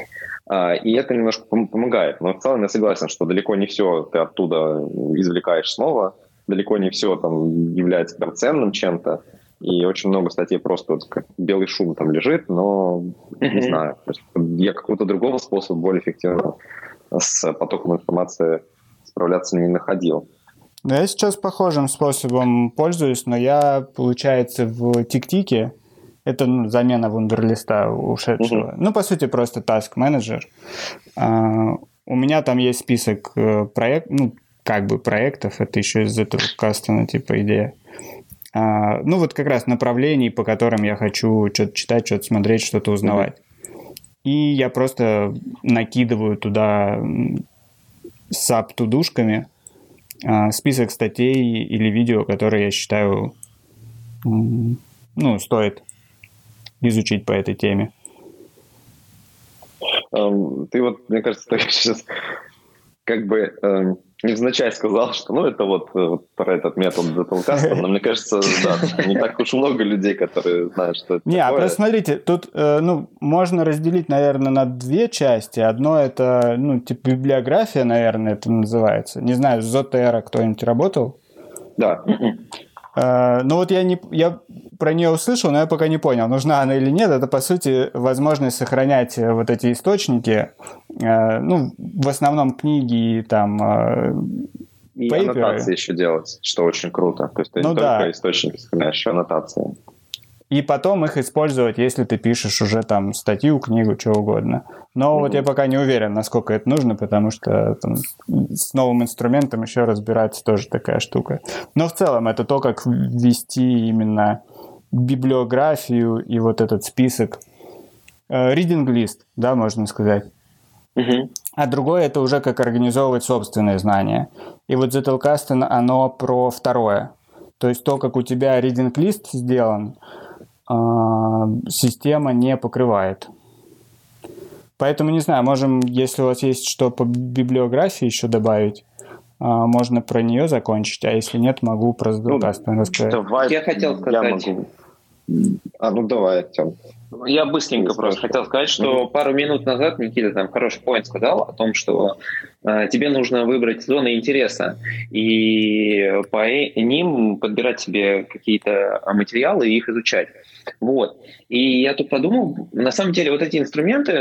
[SPEAKER 1] И это немножко помогает. Но в целом я согласен, что далеко не все ты оттуда извлекаешь снова, далеко не все там является прям ценным чем-то. И очень много статей просто вот как белый шум там лежит, но не знаю. То есть я какого-то другого способа более эффективного с потоком информации справляться не находил.
[SPEAKER 2] Ну, я сейчас похожим способом пользуюсь, но я, получается, в Тик-Тике, это замена вундерлиста ушедшего. Ну, по сути, просто Task Manager. У меня там есть список проектов, это еще из этого кастона, типа, идея. Ну, вот как раз направлений, по которым я хочу что-то читать, что-то смотреть, что-то узнавать. И я просто накидываю туда саб-тудушками список статей или видео, которые я считаю, стоит изучить по этой теме.
[SPEAKER 1] Ты вот, мне кажется, ты сейчас как бы невзначай сказал, что это вот про этот метод Zettelkasten, но мне кажется, да, не так уж много людей, которые знают, что это такое.
[SPEAKER 2] Просто смотрите, тут можно разделить, наверное, на две части. Одно это, типа библиография, наверное, это называется. Не знаю, с Zotero кто-нибудь работал?
[SPEAKER 1] Да.
[SPEAKER 2] Я про нее услышал, но я пока не понял, нужна она или нет. Это, по сути, возможность сохранять вот эти источники, в основном книги и там
[SPEAKER 1] и пейперы. Аннотации еще делать, что очень круто. То есть ты не только источники сохраняешь, еще аннотации.
[SPEAKER 2] И потом их использовать, если ты пишешь уже там статью, книгу, что угодно. Но вот я пока не уверен, насколько это нужно, потому что там, с новым инструментом еще разбираться тоже такая штука. Но в целом это то, как ввести именно библиографию и вот этот список. Reading list, да, можно сказать. А другое это уже как организовывать собственные знания. И вот Zettelkasten, оно про второе. То есть то, как у тебя reading list сделан, система не покрывает. Поэтому, не знаю, можем, если у вас есть что по библиографии еще добавить, можно про нее закончить, а если нет, могу про Zettelkasten рассказать.
[SPEAKER 3] Давай, я хотел сказать...
[SPEAKER 1] давай, Тём.
[SPEAKER 3] Я быстренько просто хотел сказать, что пару минут назад Никита там хороший поинт сказал о том, что тебе нужно выбрать зоны интереса и по ним подбирать себе какие-то материалы и их изучать. Вот. И я тут подумал, на самом деле вот эти инструменты,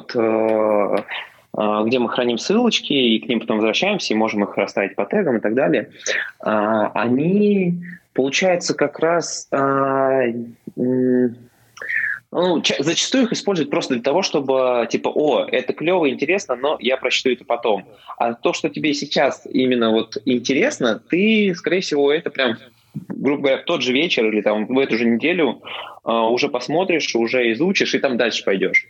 [SPEAKER 3] где мы храним ссылочки и к ним потом возвращаемся и можем их расставить по тегам и так далее, они, получается, как раз... зачастую их используют просто для того, чтобы, это клево, интересно, но я прочту это потом. А то, что тебе сейчас именно вот интересно, ты, скорее всего, это прям, грубо говоря, в тот же вечер или там в эту же неделю уже посмотришь, уже изучишь и там дальше пойдешь.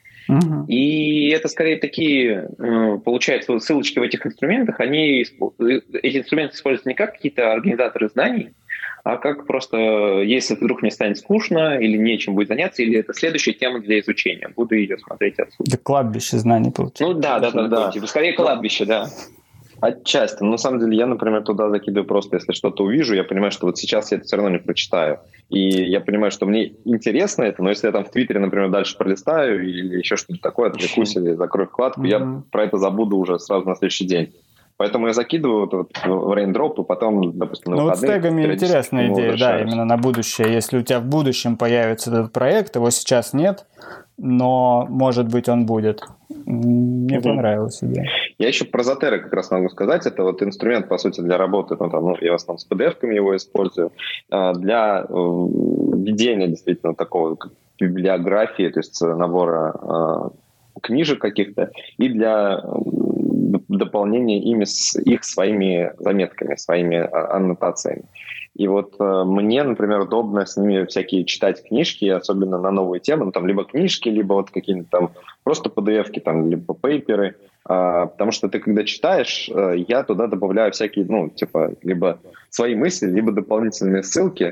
[SPEAKER 3] И это скорее такие, получается, ссылочки в этих инструментах, эти инструменты используются не как какие-то организаторы знаний, а как просто, если вдруг мне станет скучно или нечем будет заняться, или это следующая тема для изучения, буду ее смотреть отсюда.
[SPEAKER 2] Это кладбище знаний, получается.
[SPEAKER 3] Да. Скорее кладбище, да.
[SPEAKER 1] Отчасти. Но на самом деле я, например, туда закидываю просто, если что-то увижу, я понимаю, что вот сейчас я это все равно не прочитаю. И я понимаю, что мне интересно это, но если я там в Твиттере, например, дальше пролистаю или еще что-то такое, отвлекусь или закрою вкладку, я про это забуду уже сразу на следующий день. Поэтому я закидываю в рейндроп, и потом, допустим, на выходных...
[SPEAKER 2] Вот с тегами интересная идея, да, именно на будущее. Если у тебя в будущем появится этот проект, его сейчас нет, но, может быть, он будет. Мне понравилась идея.
[SPEAKER 1] Я еще про Zotero как раз могу сказать. Это вот инструмент, по сути, для работы. Я в основном с PDF-ками его использую. Для ведения действительно такого библиографии, то есть набора книжек каких-то, и для дополнения их своими заметками, своими аннотациями. И вот мне, например, удобно с ними всякие читать книжки, особенно на новые темы, либо книжки, либо вот какие-то там просто PDF-ки, либо пейперы, потому что ты, когда читаешь, я туда добавляю всякие, либо свои мысли, либо дополнительные ссылки,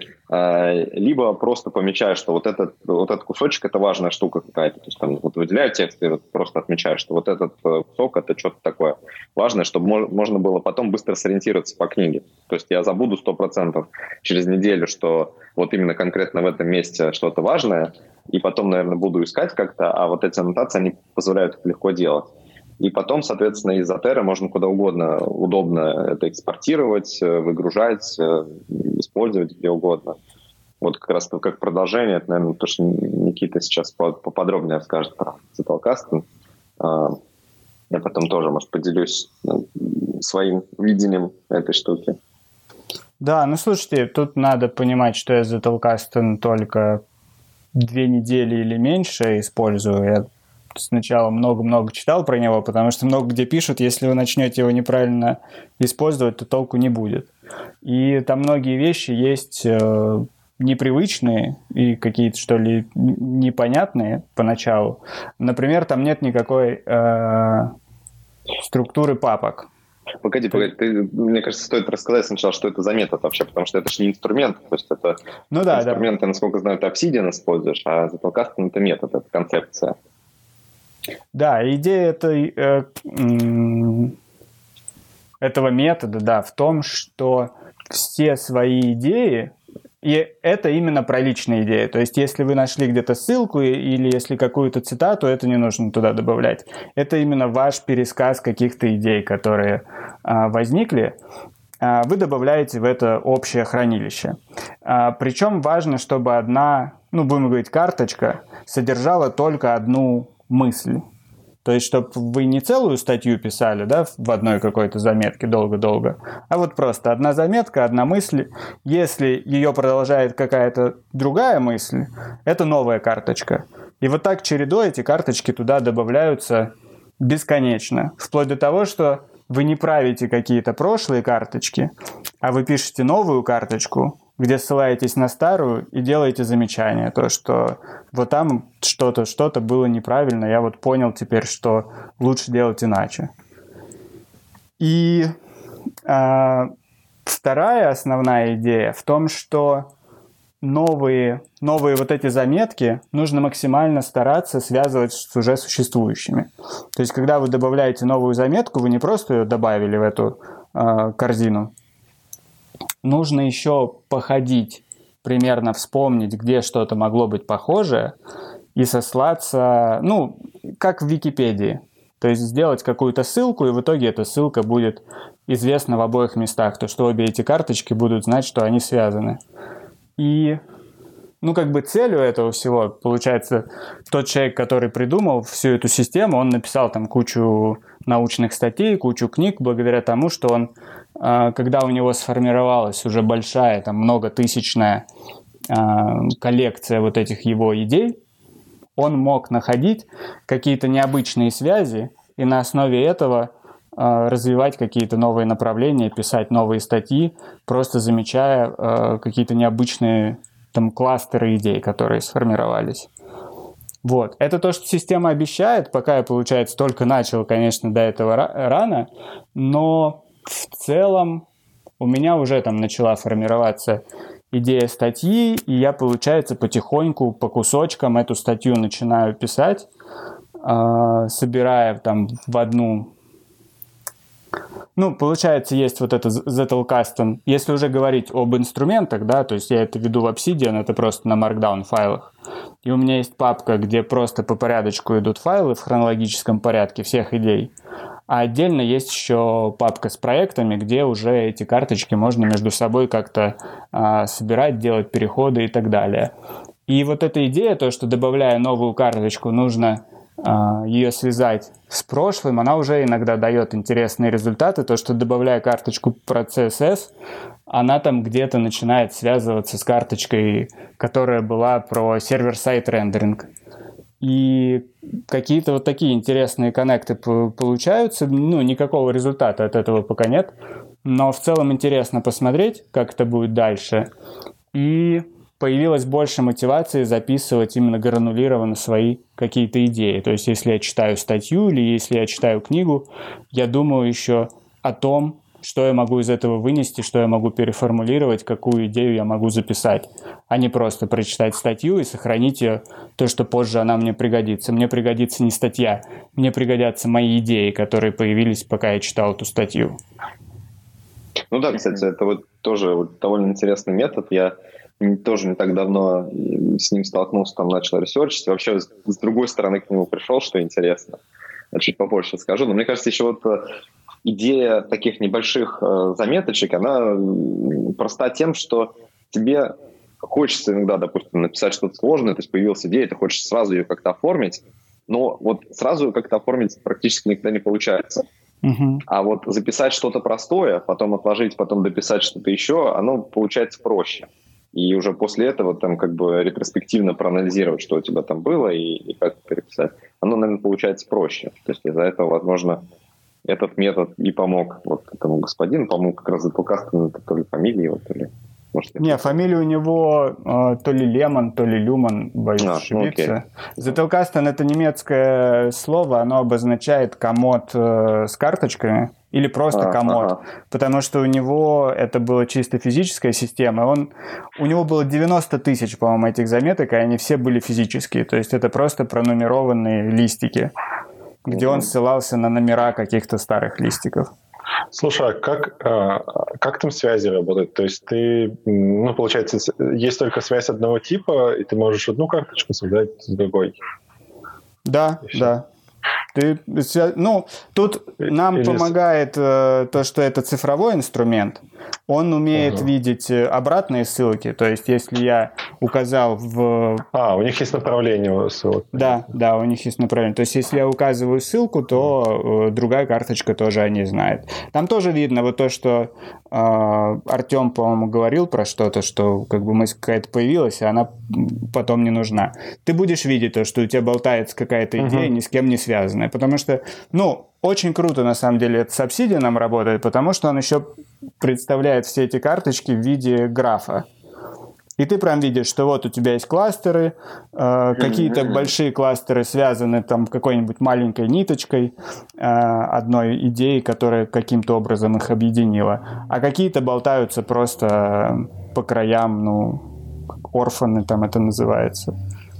[SPEAKER 1] либо просто помечаю, что вот этот кусочек — это важная штука какая-то. То есть выделяю текст и просто отмечаю, что вот этот кусок — это что-то такое важное, чтобы можно было потом быстро сориентироваться по книге. То есть я забуду 100% через неделю, что вот именно конкретно в этом месте что-то важное, и потом, наверное, буду искать как-то, а вот эти аннотации, они позволяют это легко делать. И потом, соответственно, из Затеры можно куда угодно удобно это экспортировать, выгружать, использовать где угодно. Вот как раз как продолжение, это, наверное, то, что Никита сейчас поподробнее расскажет про Zettelkasten. Я потом тоже, может, поделюсь своим видением этой штуки.
[SPEAKER 2] Да, ну слушайте, тут надо понимать, что я Zettelkasten только 2 недели или меньше использую. Я сначала много-много читал про него, потому что много где пишут, если вы начнете его неправильно использовать, то толку не будет. И там многие вещи есть непривычные и какие-то, что ли, непонятные поначалу. Например, там нет никакой структуры папок.
[SPEAKER 1] Погоди, мне кажется, стоит рассказать сначала, что это за метод вообще, потому что это же не инструмент, то есть это инструменты, насколько знаю, ты Obsidian используешь, а Zettelkasten это метод, это концепция.
[SPEAKER 2] Да, идея этого метода, да, в том, что все свои идеи, и это именно про личные идеи. То есть, если вы нашли где-то ссылку или если какую-то цитату, это не нужно туда добавлять. Это именно ваш пересказ каких-то идей, которые возникли. Вы добавляете в это общее хранилище. Причем важно, чтобы одна, будем говорить, карточка содержала только одну мысль. То есть, чтобы вы не целую статью писали, да, в одной какой-то заметке долго-долго, а вот просто одна заметка, одна мысль. Если ее продолжает какая-то другая мысль, это новая карточка. И вот так чередой эти карточки туда добавляются бесконечно. Вплоть до того, что вы не правите какие-то прошлые карточки, а вы пишете новую карточку, где ссылаетесь на старую и делаете замечание. То, что вот там что-то было неправильно, я вот понял теперь, что лучше делать иначе. И вторая основная идея в том, что новые вот эти заметки нужно максимально стараться связывать с уже существующими. То есть, когда вы добавляете новую заметку, вы не просто ее добавили в эту корзину, нужно еще походить, примерно вспомнить, где что-то могло быть похожее, и сослаться, как в Википедии. То есть сделать какую-то ссылку, и в итоге эта ссылка будет известна в обоих местах, то что обе эти карточки будут знать, что они связаны. И, целью этого всего, получается, тот человек, который придумал всю эту систему, он написал там кучу научных статей, кучу книг, благодаря тому, что он, когда у него сформировалась уже большая, там, многотысячная коллекция вот этих его идей, он мог находить какие-то необычные связи и на основе этого развивать какие-то новые направления, писать новые статьи, просто замечая какие-то необычные там кластеры идей, которые сформировались. Вот. Это то, что система обещает, пока я, получается, только начал, конечно, до этого рано, но в целом у меня уже там начала формироваться идея статьи, и я, получается, потихоньку по кусочкам эту статью начинаю писать, собирая там в одну... получается, есть вот это Zettelkasten. Если уже говорить об инструментах, да, то есть я это веду в Obsidian, это просто на Markdown файлах. И у меня есть папка, где просто по порядочку идут файлы в хронологическом порядке всех идей. А отдельно есть еще папка с проектами, где уже эти карточки можно между собой как-то собирать, делать переходы и так далее. И вот эта идея, то, что добавляя новую карточку, нужно ее связать с прошлым, она уже иногда дает интересные результаты. То, что добавляя карточку про CSS, она там где-то начинает связываться с карточкой, которая была про сервер-сайт рендеринг. И какие-то вот такие интересные коннекты получаются. Никакого результата от этого пока нет. Но в целом интересно посмотреть, как это будет дальше. И появилось больше мотивации записывать именно гранулированно свои какие-то идеи. То есть, если я читаю статью или если я читаю книгу, я думаю еще о том, что я могу из этого вынести, что я могу переформулировать, какую идею я могу записать, а не просто прочитать статью и сохранить ее, то, что позже она мне пригодится. Мне пригодится не статья, мне пригодятся мои идеи, которые появились, пока я читал эту статью.
[SPEAKER 1] Да, кстати, это вот тоже довольно интересный метод. Я тоже не так давно с ним столкнулся, там начал ресерчить. Вообще, с другой стороны к нему пришел, что интересно. я чуть попозже скажу. Но мне кажется, еще вот идея таких небольших заметочек, она проста тем, что тебе хочется иногда, допустим, написать что-то сложное, то есть появилась идея, ты хочешь сразу ее как-то оформить, но вот сразу ее как-то оформить практически никогда не получается. А вот записать что-то простое, потом отложить, потом дописать что-то еще, оно получается проще. И уже после этого там как бы ретроспективно проанализировать, что у тебя там было и как переписать, оно, наверное, получается проще. То есть из-за этого, возможно, этот метод и помог вот этому господину, по-моему, как раз Zettelkasten, это то ли фамилия его, то ли... Может,
[SPEAKER 2] не, фамилия у него то ли Лемон, то ли Люман, боюсь ошибиться. Zettelkasten — это немецкое слово, оно обозначает комод с карточками или просто комод, потому что у него это была чисто физическая система. У него было 90 тысяч, по-моему, этих заметок, и они все были физические, то есть это просто пронумерованные листики, где он ссылался на номера каких-то старых листиков.
[SPEAKER 4] Слушай, а как там связи работают? То есть ты, получается, есть только связь одного типа, и ты можешь одну карточку создать с другой?
[SPEAKER 2] Да, да. Тут нам помогает то, что это цифровой инструмент. Он умеет видеть обратные ссылки. То есть, если я указал в...
[SPEAKER 4] у них есть направление ссылок.
[SPEAKER 2] Да, у них есть направление. То есть, если я указываю ссылку, то другая карточка тоже о ней знает. Там тоже видно вот то, что Артем, по-моему, говорил про что-то, что как бы мысль какая-то появилась, а она потом не нужна. Ты будешь видеть то, что у тебя болтается какая-то идея, ни с кем не связанная. Потому что, очень круто, на самом деле, это с Obsidian работает, потому что он еще представляет все эти карточки в виде графа. И ты прям видишь, что вот у тебя есть кластеры, какие-то большие кластеры связаны там какой-нибудь маленькой ниточкой, одной идеей, которая каким-то образом их объединила. А какие-то болтаются просто по краям, орфаны там это называется.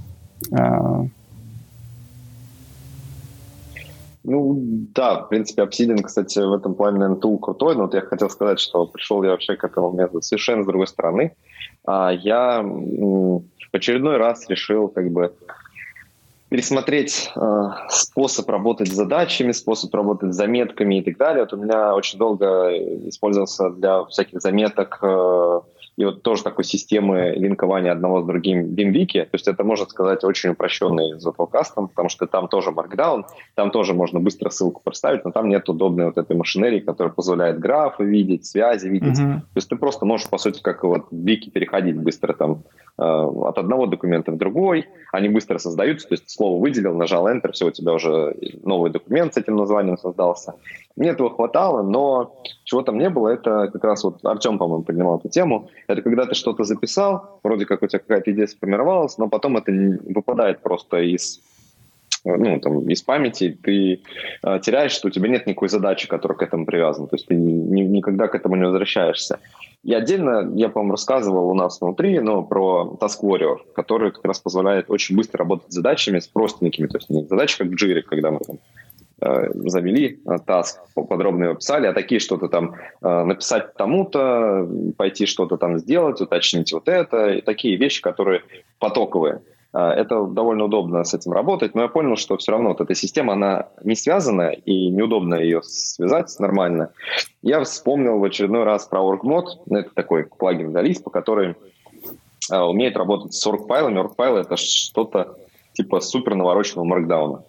[SPEAKER 1] Да, в принципе, Obsidian, кстати, в этом плане, наверное, тул крутой, но вот я хотел сказать, что пришел я вообще к этому методу совершенно с другой стороны. Я в очередной раз решил как бы пересмотреть способ работать с задачами, способ работать с заметками и так далее. Вот у меня очень долго использовался для всяких заметок и вот тоже такой системы линкования одного с другим Vimwiki. То есть это, можно сказать, очень упрощенный Zettelkasten, потому что там тоже Markdown, там тоже можно быстро ссылку проставить, но там нет удобной вот этой машинерии, которая позволяет графы видеть, связи видеть. То есть ты просто можешь, по сути, как вот в Вики переходить быстро там от одного документа в другой, они быстро создаются, то есть слово выделил, нажал Enter, все, у тебя уже новый документ с этим названием создался. Мне этого хватало, но чего там не было, это как раз вот Артем, по-моему, поднимал эту тему. Это когда ты что-то записал, вроде как у тебя какая-то идея сформировалась, но потом это выпадает просто из памяти, ты теряешь, что у тебя нет никакой задачи, которая к этому привязана. То есть ты никогда к этому не возвращаешься. И отдельно, я, по-моему, рассказывал у нас внутри, про Task Warrior, который как раз позволяет очень быстро работать с задачами, с простенькими. То есть не задачи, как в Jira, когда мы там завели таск, подробно его писали, а такие что-то там написать тому-то, пойти что-то там сделать, уточнить вот это, и такие вещи, которые потоковые. Это довольно удобно с этим работать, но я понял, что все равно вот эта система, она не связана, и неудобно ее связать нормально. Я вспомнил в очередной раз про OrgMod, это такой плагин для Lisp, который умеет работать с оргфайлами. Оргфайлы — это что-то типа супер навороченного маркдауна.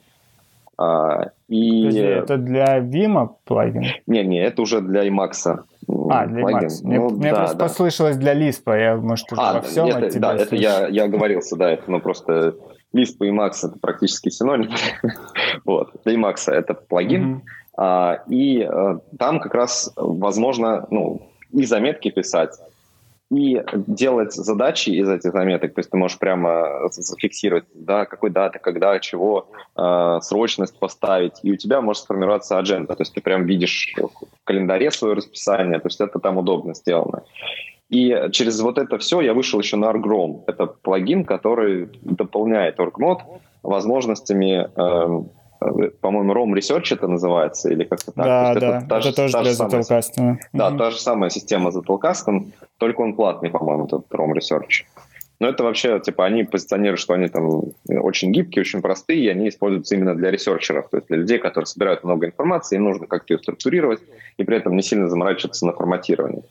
[SPEAKER 2] Это для Vim плагин?
[SPEAKER 1] Не, это уже для Emacs.
[SPEAKER 2] Для Emacs. Мне просто послышалось для Lisp, я, может, уже во всем от тебя
[SPEAKER 1] Да, это я оговорился, да, это просто Lisp и Emacs — это практически синоним. Вот, для Emacs это плагин, и там как раз возможно, и заметки писать, и делать задачи из этих заметок. То есть ты можешь прямо зафиксировать, какой даты, когда, чего, срочность поставить, и у тебя может сформироваться адженда. То есть ты прям видишь в календаре свое расписание, то есть это там удобно сделано. И через вот это все я вышел еще на ArgRom. Это плагин, который дополняет OrgMod возможностями, по-моему, ROM Research это называется, или как-то так.
[SPEAKER 2] Да, это тоже для Zettelkasten.
[SPEAKER 1] Да, та же самая система Zettelkasten, только он платный, по-моему, этот ROM Research. Но это вообще, типа, они позиционируют, что они там очень гибкие, очень простые, и они используются именно для ресерчеров, то есть для людей, которые собирают много информации, им нужно как-то ее структурировать, и при этом не сильно заморачиваться на форматировании.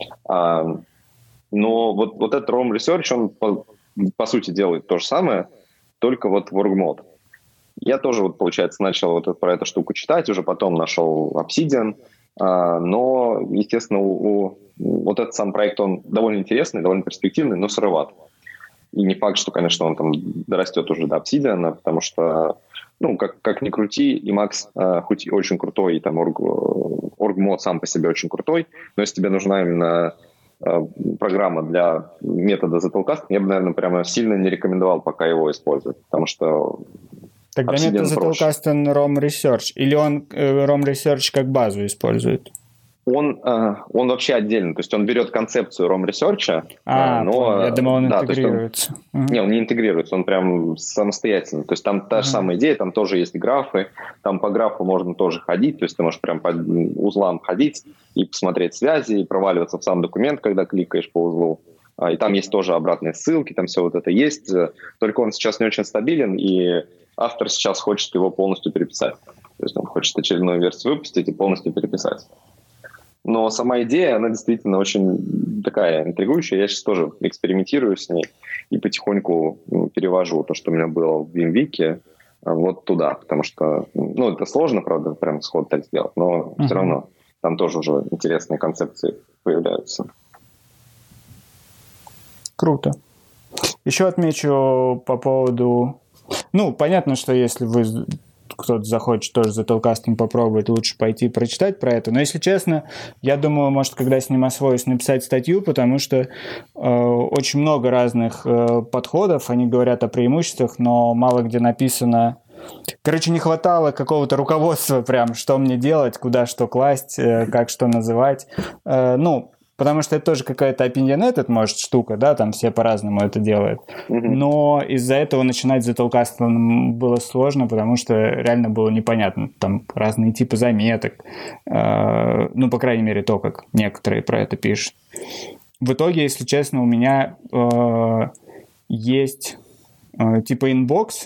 [SPEAKER 1] Но вот этот ROM Research, он по сути делает то же самое, только вот в org-мод. Я тоже, вот, получается, начал про эту штуку читать, уже потом нашел Obsidian, но, естественно, вот этот сам проект, он довольно интересный, довольно перспективный, но сыроват. И не факт, что, конечно, он там дорастет уже до Obsidian, потому что, ну, как ни крути, Emacs хоть и очень крутой, и там org-мод сам по себе очень крутой, но если тебе нужна именно программа для метода Zettelkasten, я бы, наверное, прямо сильно не рекомендовал пока его использовать, потому что
[SPEAKER 2] Тогда метод Zettelkasten ROM Research, или он ROM Research как базу использует?
[SPEAKER 1] Он вообще отдельно, то есть он берет концепцию ROM Research, но...
[SPEAKER 2] Я думал, он интегрируется.
[SPEAKER 1] Не, он не интегрируется, он прям самостоятельно. То есть там та же самая идея, там тоже есть графы, там по графу можно тоже ходить, то есть ты можешь прям по узлам ходить и посмотреть связи, и проваливаться в сам документ, когда кликаешь по узлу. И там есть тоже обратные ссылки, там все вот это есть, только он сейчас не очень стабилен, и автор сейчас хочет его полностью переписать. То есть он хочет очередную версию выпустить и полностью переписать. Но сама идея, она действительно очень такая интригующая. Я сейчас тоже экспериментирую с ней и потихоньку перевожу то, что у меня было в Vimwiki, вот туда. Потому что, ну, это сложно, правда, прям сход так сделать, но все равно там тоже уже интересные концепции появляются.
[SPEAKER 2] Круто. Еще отмечу по поводу... Ну, понятно, что если кто-то захочет тоже Zettelkasten попробовать, лучше пойти прочитать про это. Но, если честно, я думаю, может, когда с ним освоюсь, написать статью, потому что очень много разных подходов, они говорят о преимуществах, но мало где написано... Короче, не хватало какого-то руководства прям, что мне делать, куда что класть, как что называть. Потому что это тоже какая-то opinionated, может, штука, да, там все по-разному это делают. Но из-за этого начинать Zettelkasten было сложно, потому что реально было непонятно. Там разные типы заметок. По крайней мере, то, как некоторые про это пишут. В итоге, если честно, у меня есть типа инбокс.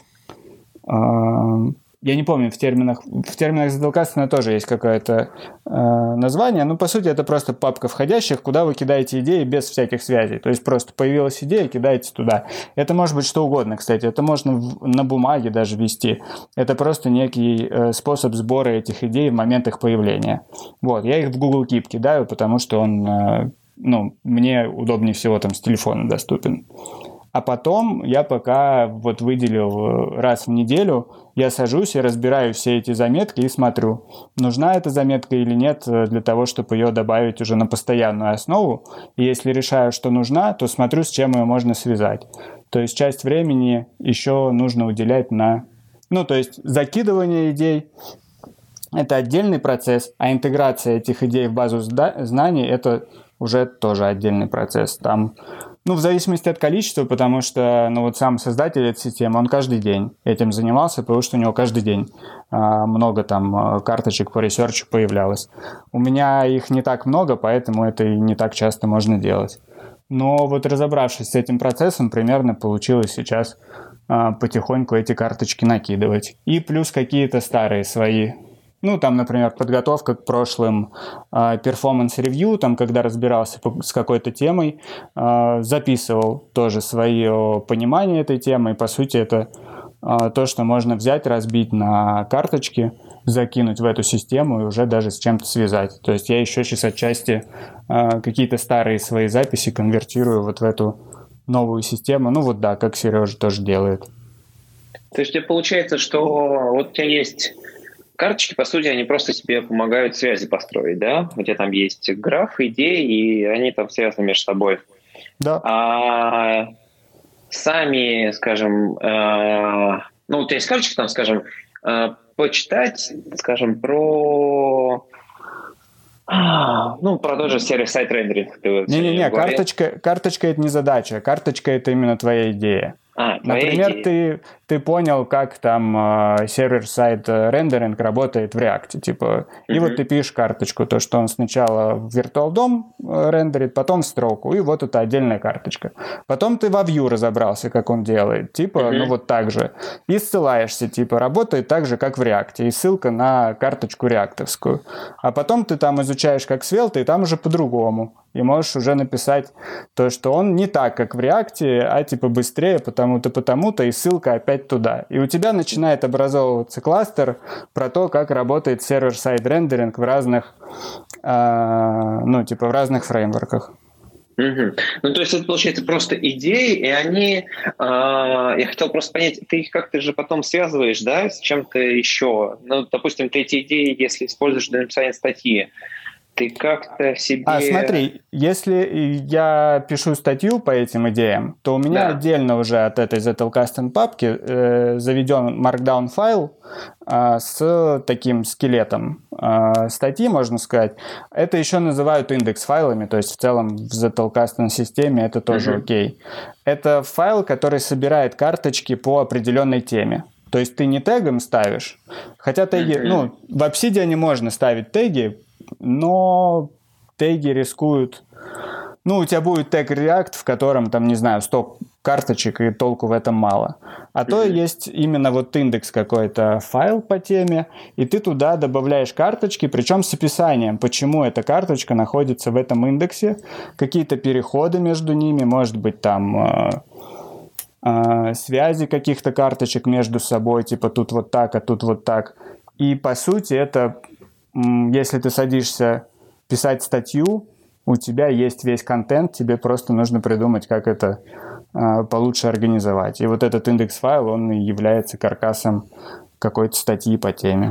[SPEAKER 2] Я не помню, в терминах Zettelkasten тоже есть какое-то название, но по сути это просто папка входящих, куда вы кидаете идеи без всяких связей. То есть просто появилась идея, кидаете туда. Это может быть что угодно, кстати. Это можно на бумаге даже вести. Это просто некий способ сбора этих идей в момент их появления. Вот, я их в Google Keep кидаю, потому что он, мне удобнее всего там с телефона доступен. А потом я пока вот выделил раз в неделю, я сажусь и разбираю все эти заметки и смотрю, нужна эта заметка или нет для того, чтобы ее добавить уже на постоянную основу. И если решаю, что нужна, то смотрю, с чем ее можно связать. То есть часть времени еще нужно уделять на... то есть закидывание идей – это отдельный процесс, а интеграция этих идей в базу знаний – это уже тоже отдельный процесс. Там... в зависимости от количества, потому что, сам создатель этой системы, он каждый день этим занимался, потому что у него каждый день много там карточек по ресерчу появлялось. У меня их не так много, поэтому это и не так часто можно делать. Но вот разобравшись с этим процессом, примерно получилось сейчас потихоньку эти карточки накидывать. И плюс какие-то старые свои... там, например, подготовка к прошлым перформанс-ревью, там, когда разбирался с какой-то темой, записывал тоже свое понимание этой темы. И, по сути, это то, что можно взять, разбить на карточки, закинуть в эту систему и уже даже с чем-то связать. То есть я еще сейчас отчасти какие-то старые свои записи конвертирую вот в эту новую систему. Как Сережа тоже делает.
[SPEAKER 3] То есть получается, что вот у тебя есть... Карточки, по сути, они просто тебе помогают связи построить, да? У тебя там есть граф, идеи, и они там связаны между собой.
[SPEAKER 2] Да.
[SPEAKER 3] А сами, скажем, у тебя есть карточки, там, скажем, почитать, скажем, про тот же сервис-сайт рендеринг.
[SPEAKER 2] Не-не-не, карточка – это не задача, карточка – это именно твоя идея. Например, ты понял, как там сервер-сайд рендеринг работает в React, типа, и вот ты пишешь карточку, то, что он сначала в Virtual DOM рендерит, потом в строку, и вот это отдельная карточка. Потом ты во Vue разобрался, как он делает, типа, ну вот так же. И ссылаешься, типа, работает так же, как в React, и ссылка на карточку реактовскую. А потом ты там изучаешь, как Svelte, и там уже по-другому. И можешь уже написать то, что он не так, как в React, а типа быстрее, потому-то, и ссылка опять туда. И у тебя начинает образовываться кластер про то, как работает сервер-сайд рендеринг в разных, в разных фреймворках.
[SPEAKER 3] Ну, то есть это, получается, просто идеи, и они... я хотел просто понять, ты их как-то же потом связываешь, да, с чем-то еще? Ну, допустим, ты эти идеи, если используешь для написания статьи, ты как-то себе...
[SPEAKER 2] Смотри, если я пишу статью по этим идеям, то у меня отдельно уже от этой Zettelkasten папки заведен Markdown файл с таким скелетом статьи, можно сказать. Это еще называют индекс-файлами, то есть в целом в Zettelkasten системе это тоже окей. Это файл, который собирает карточки по определенной теме. То есть ты не тегом ставишь, хотя теги... в Obsidian можно ставить теги, но теги рискуют... у тебя будет тег React, в котором, там, не знаю, 100 карточек, и толку в этом мало. А то есть именно вот индекс какой-то файл по теме, и ты туда добавляешь карточки, причем с описанием, почему эта карточка находится в этом индексе, какие-то переходы между ними, может быть, там... связи каких-то карточек между собой, типа тут вот так, а тут вот так. И, по сути, это... Если ты садишься писать статью, у тебя есть весь контент, тебе просто нужно придумать, как это получше организовать. И вот этот индекс-файл, он и является каркасом какой-то статьи по теме.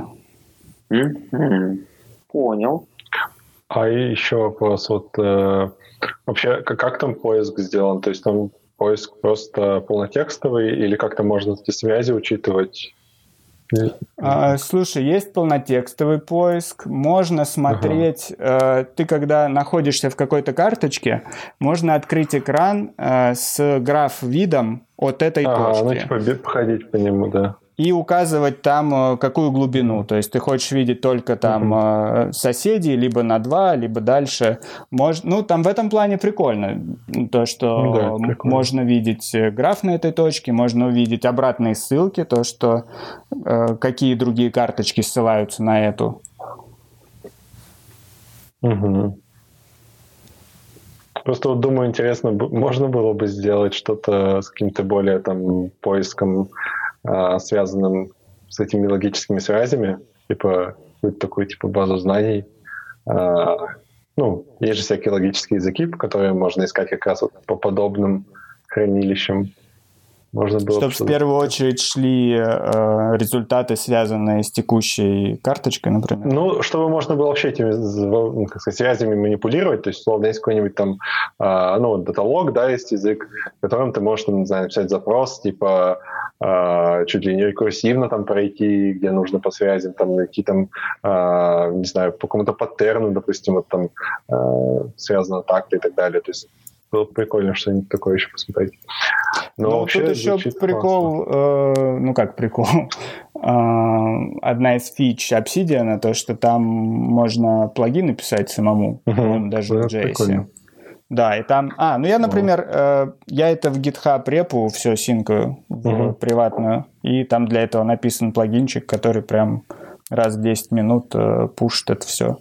[SPEAKER 3] Понял.
[SPEAKER 4] А еще вопрос. Вообще, как там поиск сделан? То есть там поиск просто полнотекстовый или как-то можно эти связи учитывать?
[SPEAKER 2] Слушай, есть полнотекстовый поиск, можно смотреть, ты когда находишься в какой-то карточке, можно открыть экран с граф-видом от этой точки.
[SPEAKER 4] Походить по нему, да.
[SPEAKER 2] И указывать там какую глубину. То есть ты хочешь видеть только там соседей, либо на 2, либо дальше. Там в этом плане прикольно. То, что можно видеть граф на этой точке, можно увидеть обратные ссылки, то, что какие другие карточки ссылаются на эту.
[SPEAKER 4] Просто думаю, интересно, можно было бы сделать что-то с каким-то более там поиском, связанным с этими логическими связями, типа какую-то такую типа базу знаний. Есть же всякие логические языки, по которым можно искать как раз вот по подобным хранилищам. Можно было
[SPEAKER 2] чтобы в первую очередь шли результаты, связанные с текущей карточкой, например.
[SPEAKER 4] Чтобы можно было вообще этими связями манипулировать. То есть, условно, есть какой-нибудь там даталог, да, есть язык, в котором ты можешь, не знаю, написать запрос, типа чуть ли не рекурсивно там пройти, где нужно по связям, там найти там, не знаю, по какому-то паттерну, допустим, вот там связано так-то и так далее. То есть было бы прикольно что-нибудь такое еще посмотреть. Но вообще
[SPEAKER 2] тут еще прикол, прикол. Одна из фич Obsidian, то, что там можно плагины писать самому, даже в JS. Прикольно. Да, и там... я, например, я это в GitHub репу все синкаю в приватную, и там для этого написан плагинчик, который прям раз в 10 минут пушит это все.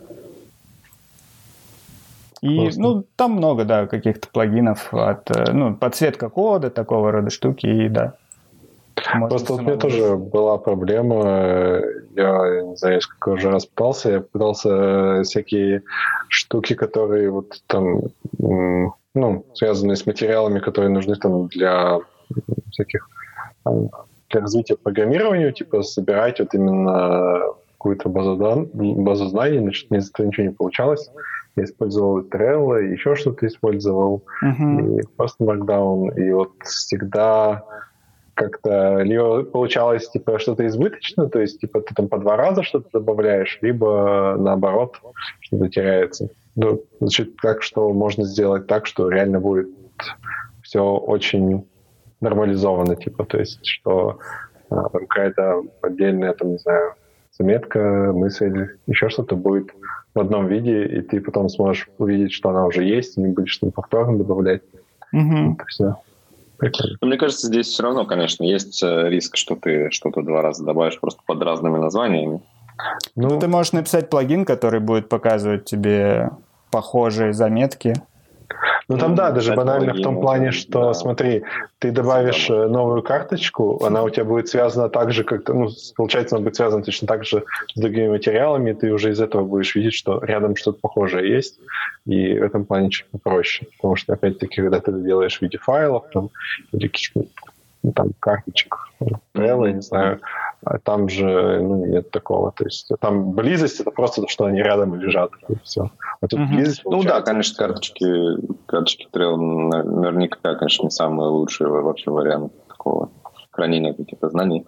[SPEAKER 2] И, там много, да, каких-то плагинов от, подсветка кода, такого рода штуки, и да.
[SPEAKER 4] Просто у меня тоже была проблема, я не знаю, сколько уже раз пытался, я пытался всякие штуки, которые вот там, связанные с материалами, которые нужны там для всяких, для развития программирования, типа собирать вот именно какую-то базу знаний, значит, из этого ничего не получалось. Я использовал Trello, еще что-то использовал, и просто Markdown, и вот всегда как-то либо получалось типа что-то избыточно, то есть типа ты там по 2 раза что-то добавляешь, либо наоборот что-то теряется. Значит, так что можно сделать так, что реально будет все очень нормализовано, типа, то есть, что там какая-то отдельная, там, не знаю, заметка, мысль, еще что-то будет в одном виде, и ты потом сможешь увидеть, что она уже есть, и не будешь там повторно добавлять. Это все прикольно.
[SPEAKER 1] Мне кажется, здесь все равно, конечно, есть риск, что ты что-то 2 раза добавишь просто под разными названиями.
[SPEAKER 2] Ну, ты можешь написать плагин, который будет показывать тебе похожие заметки.
[SPEAKER 4] Ну, там, да, даже банально в том плане, что, да, смотри, ты добавишь новую карточку, она у тебя будет связана так же, как... Ну, получается, она будет связана точно так же с другими материалами, и ты уже из этого будешь видеть, что рядом что-то похожее есть, и в этом плане чуть попроще. Потому что, опять-таки, когда ты это делаешь в виде файлов, там, или каких-нибудь, ну, там, карточек, я не знаю, там же нет такого. То есть там близость — это просто то, что они рядом лежат, и все. А тут близость,
[SPEAKER 1] ну да, конечно, карточки Trail наверняка, конечно, не самый лучший вообще вариант такого хранения каких-то знаний.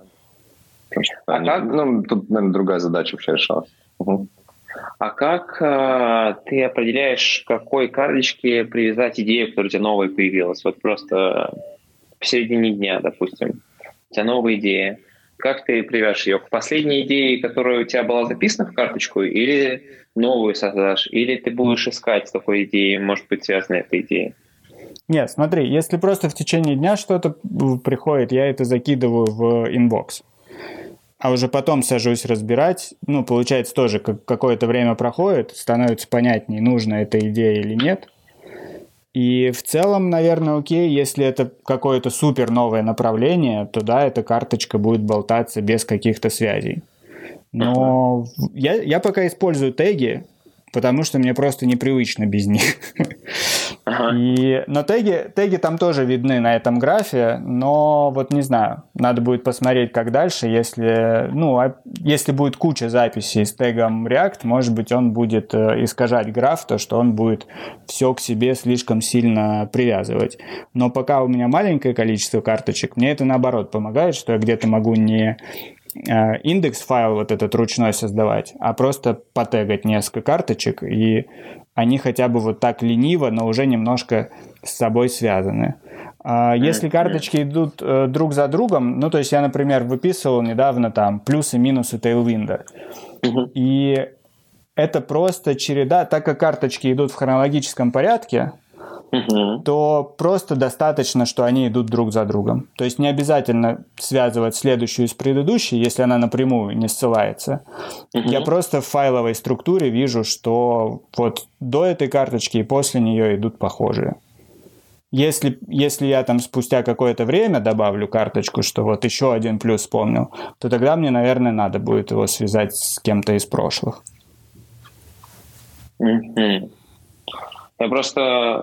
[SPEAKER 1] Тут, наверное, другая задача вообще решалась.
[SPEAKER 3] А как ты определяешь, к какой карточке привязать идею, которая у тебя новая появилась? Вот просто в середине дня, допустим, у тебя новая идея. Как ты привяжешь ее к последней идее, которая у тебя была записана в карточку, или новую создашь, или ты будешь искать, с какой идеей может быть связана эта идея?
[SPEAKER 2] Нет, смотри, если просто в течение дня что-то приходит, я это закидываю в инбокс. А уже потом сажусь разбирать, получается тоже какое-то время проходит, становится понятнее, нужна эта идея или нет. И в целом, наверное, окей, если это какое-то супер новое направление, то да, эта карточка будет болтаться без каких-то связей. Но я пока использую теги, потому что мне просто непривычно без них. Но теги там тоже видны на этом графе, но вот не знаю, надо будет посмотреть, как дальше. Если будет куча записей с тегом React, может быть, он будет искажать граф, то, что он будет все к себе слишком сильно привязывать. Но пока у меня маленькое количество карточек, мне это наоборот помогает, что я где-то могу не индекс файл вот этот ручной создавать, а просто потегать несколько карточек, и они хотя бы вот так лениво, но уже немножко с собой связаны. Если карточки идут друг за другом, то есть я, например, выписывал недавно там плюсы, минусы Tailwind, и это просто череда, так как карточки идут в хронологическом порядке, то просто достаточно, что они идут друг за другом. То есть не обязательно связывать следующую с предыдущей, если она напрямую не ссылается. Я просто в файловой структуре вижу, что вот до этой карточки и после нее идут похожие. Если я там спустя какое-то время добавлю карточку, что вот еще один плюс вспомнил, то тогда мне, наверное, надо будет его связать с кем-то из прошлых.
[SPEAKER 3] Я просто,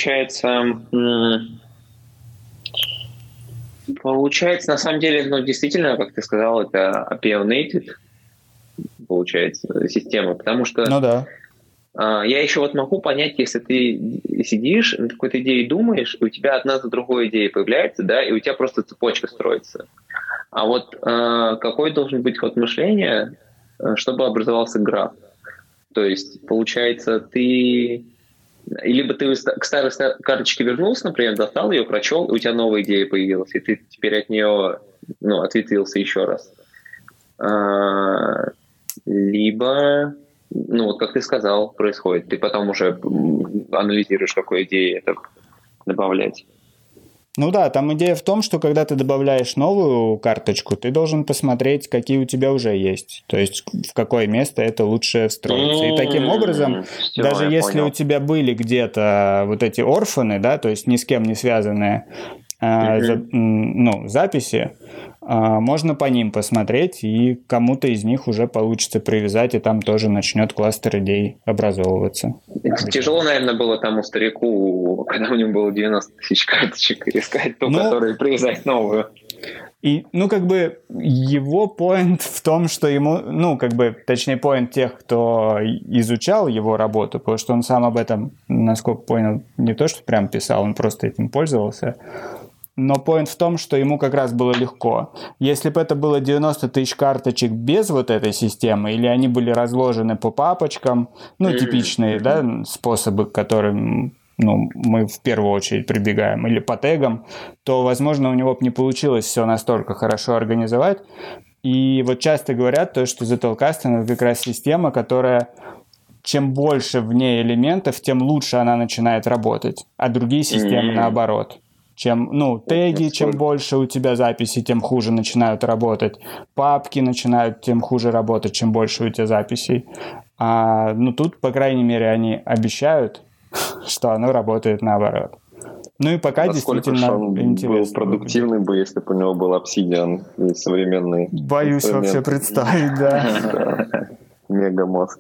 [SPEAKER 3] получается, на самом деле, действительно, как ты сказал, это opinionated, получается, система, потому что я еще вот могу понять, если ты сидишь, над какой-то идеей думаешь, и у тебя одна за другой идея появляется, да, и у тебя просто цепочка строится. А вот какой должен быть ход мышления, чтобы образовался граф? То есть, получается, либо ты к старой карточке вернулся, например, достал ее, прочел, и у тебя новая идея появилась, и ты теперь от нее ответвился еще раз. Либо, как ты сказал, происходит. Ты потом уже анализируешь, какой идеи это добавлять.
[SPEAKER 2] Там идея в том, что когда ты добавляешь новую карточку, ты должен посмотреть, какие у тебя уже есть. То есть в какое место это лучше встроиться. И таким образом, даже если у тебя были где-то вот эти орфаны, да, то есть ни с кем не связанные записи, можно по ним посмотреть, и кому-то из них уже получится привязать, и там тоже начнет кластер идей образовываться.
[SPEAKER 3] Тяжело, наверное, было тому старику, когда у него было 90 тысяч карточек, искать ту, которую привязать новую.
[SPEAKER 2] И, его поинт в том, что ему, точнее, поинт тех, кто изучал его работу, потому что он сам об этом, насколько понял, не то, что прям писал, он просто этим пользовался. Но поинт в том, что ему как раз было легко. Если бы это было 90 тысяч карточек без вот этой системы, или они были разложены по папочкам, типичные, да, способы, которым мы в первую очередь прибегаем, или по тегам, то, возможно, у него бы не получилось все настолько хорошо организовать. И вот часто говорят то, что Zettelkasten — это как раз система, которая, чем больше в ней элементов, тем лучше она начинает работать, а другие системы наоборот. Теги, чем больше у тебя записей, тем хуже начинают работать. Папки начинают тем хуже работать, чем больше у тебя записей. Тут, по крайней мере, они обещают, что оно работает наоборот. Ну и пока действительно
[SPEAKER 1] он
[SPEAKER 2] интересно.
[SPEAKER 1] Был продуктивный бы, если бы у него был Obsidian и современный.
[SPEAKER 2] Боюсь вообще представить, да.
[SPEAKER 1] Мегамозг.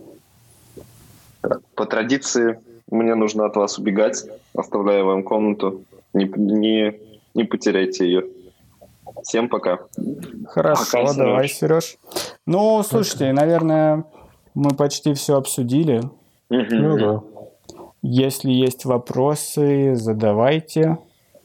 [SPEAKER 1] По традиции, мне нужно от вас убегать. Оставляю вам комнату. Не потеряйте ее. Всем пока.
[SPEAKER 2] Хорошо, пока, давай, Сереж. Ну, слушайте, наверное, мы почти все обсудили.
[SPEAKER 4] Ну да.
[SPEAKER 2] Если есть вопросы, задавайте.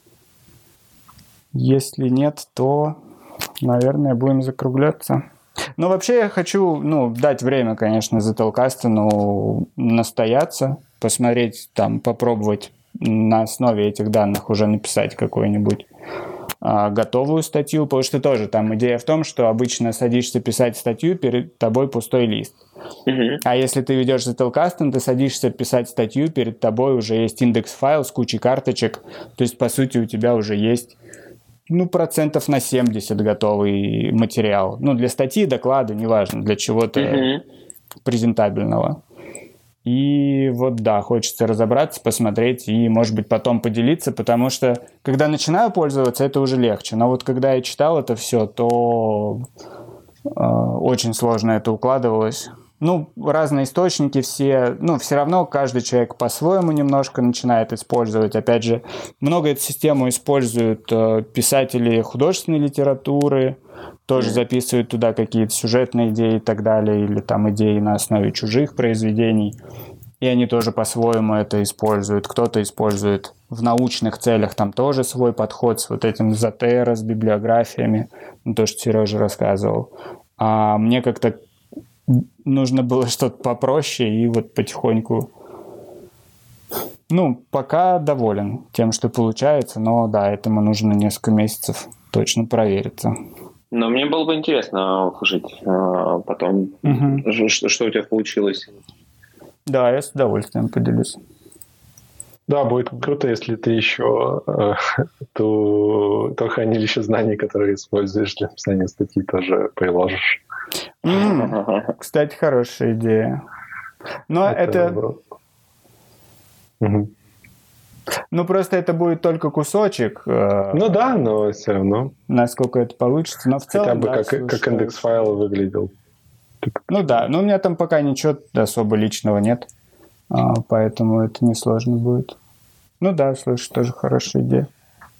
[SPEAKER 2] Если нет, то, наверное, будем закругляться. Но вообще я хочу, дать время, конечно, Zettelkasten настояться, посмотреть, попробовать на основе этих данных уже написать какую-нибудь готовую статью, потому что тоже там идея в том, что обычно садишься писать статью, перед тобой пустой лист. А если ты ведешь Zettelkasten, ты садишься писать статью, перед тобой уже есть индекс-файл с кучей карточек, то есть, по сути, у тебя уже есть, процентов на 70 готовый материал. Для статьи, доклада, неважно, для чего-то презентабельного. И хочется разобраться, посмотреть и, может быть, потом поделиться, потому что, когда начинаю пользоваться, это уже легче. Но вот когда я читал это все, то очень сложно это укладывалось. Разные источники все равно каждый человек по-своему немножко начинает использовать. Опять же, много эту систему используют писатели художественной литературы, тоже записывают туда какие-то сюжетные идеи и так далее, или там идеи на основе чужих произведений. И они тоже по-своему это используют. Кто-то использует в научных целях, там тоже свой подход с вот этим Zotero, с библиографиями, то, что Сережа рассказывал. А мне как-то нужно было что-то попроще, и потихоньку... пока доволен тем, что получается, но да, этому нужно несколько месяцев точно провериться.
[SPEAKER 3] Но мне было бы интересно услышать потом, что у тебя получилось.
[SPEAKER 2] Да, я с удовольствием поделюсь.
[SPEAKER 4] Да, будет круто, если ты еще то хранилище знаний, которое используешь для написания статьи, тоже приложишь.
[SPEAKER 2] Кстати, хорошая идея. Но это... просто это будет только кусочек.
[SPEAKER 4] Да, но все равно.
[SPEAKER 2] Насколько это получится. Но в целом,
[SPEAKER 4] хотя бы как индекс файла выглядел.
[SPEAKER 2] Да. Но у меня там пока ничего особо личного нет. Поэтому это несложно будет. Слушай, тоже хорошая идея.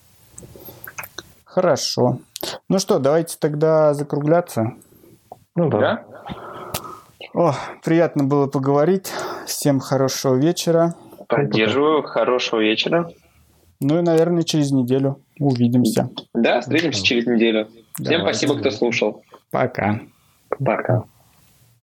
[SPEAKER 2] Хорошо. Что, давайте тогда закругляться.
[SPEAKER 3] Да.
[SPEAKER 2] Приятно было поговорить. Всем хорошего вечера.
[SPEAKER 3] Поддерживаю. Хорошего вечера.
[SPEAKER 2] И, наверное, через неделю увидимся.
[SPEAKER 3] Да, встретимся через неделю. Всем спасибо, кто слушал.
[SPEAKER 2] Пока.
[SPEAKER 4] Пока.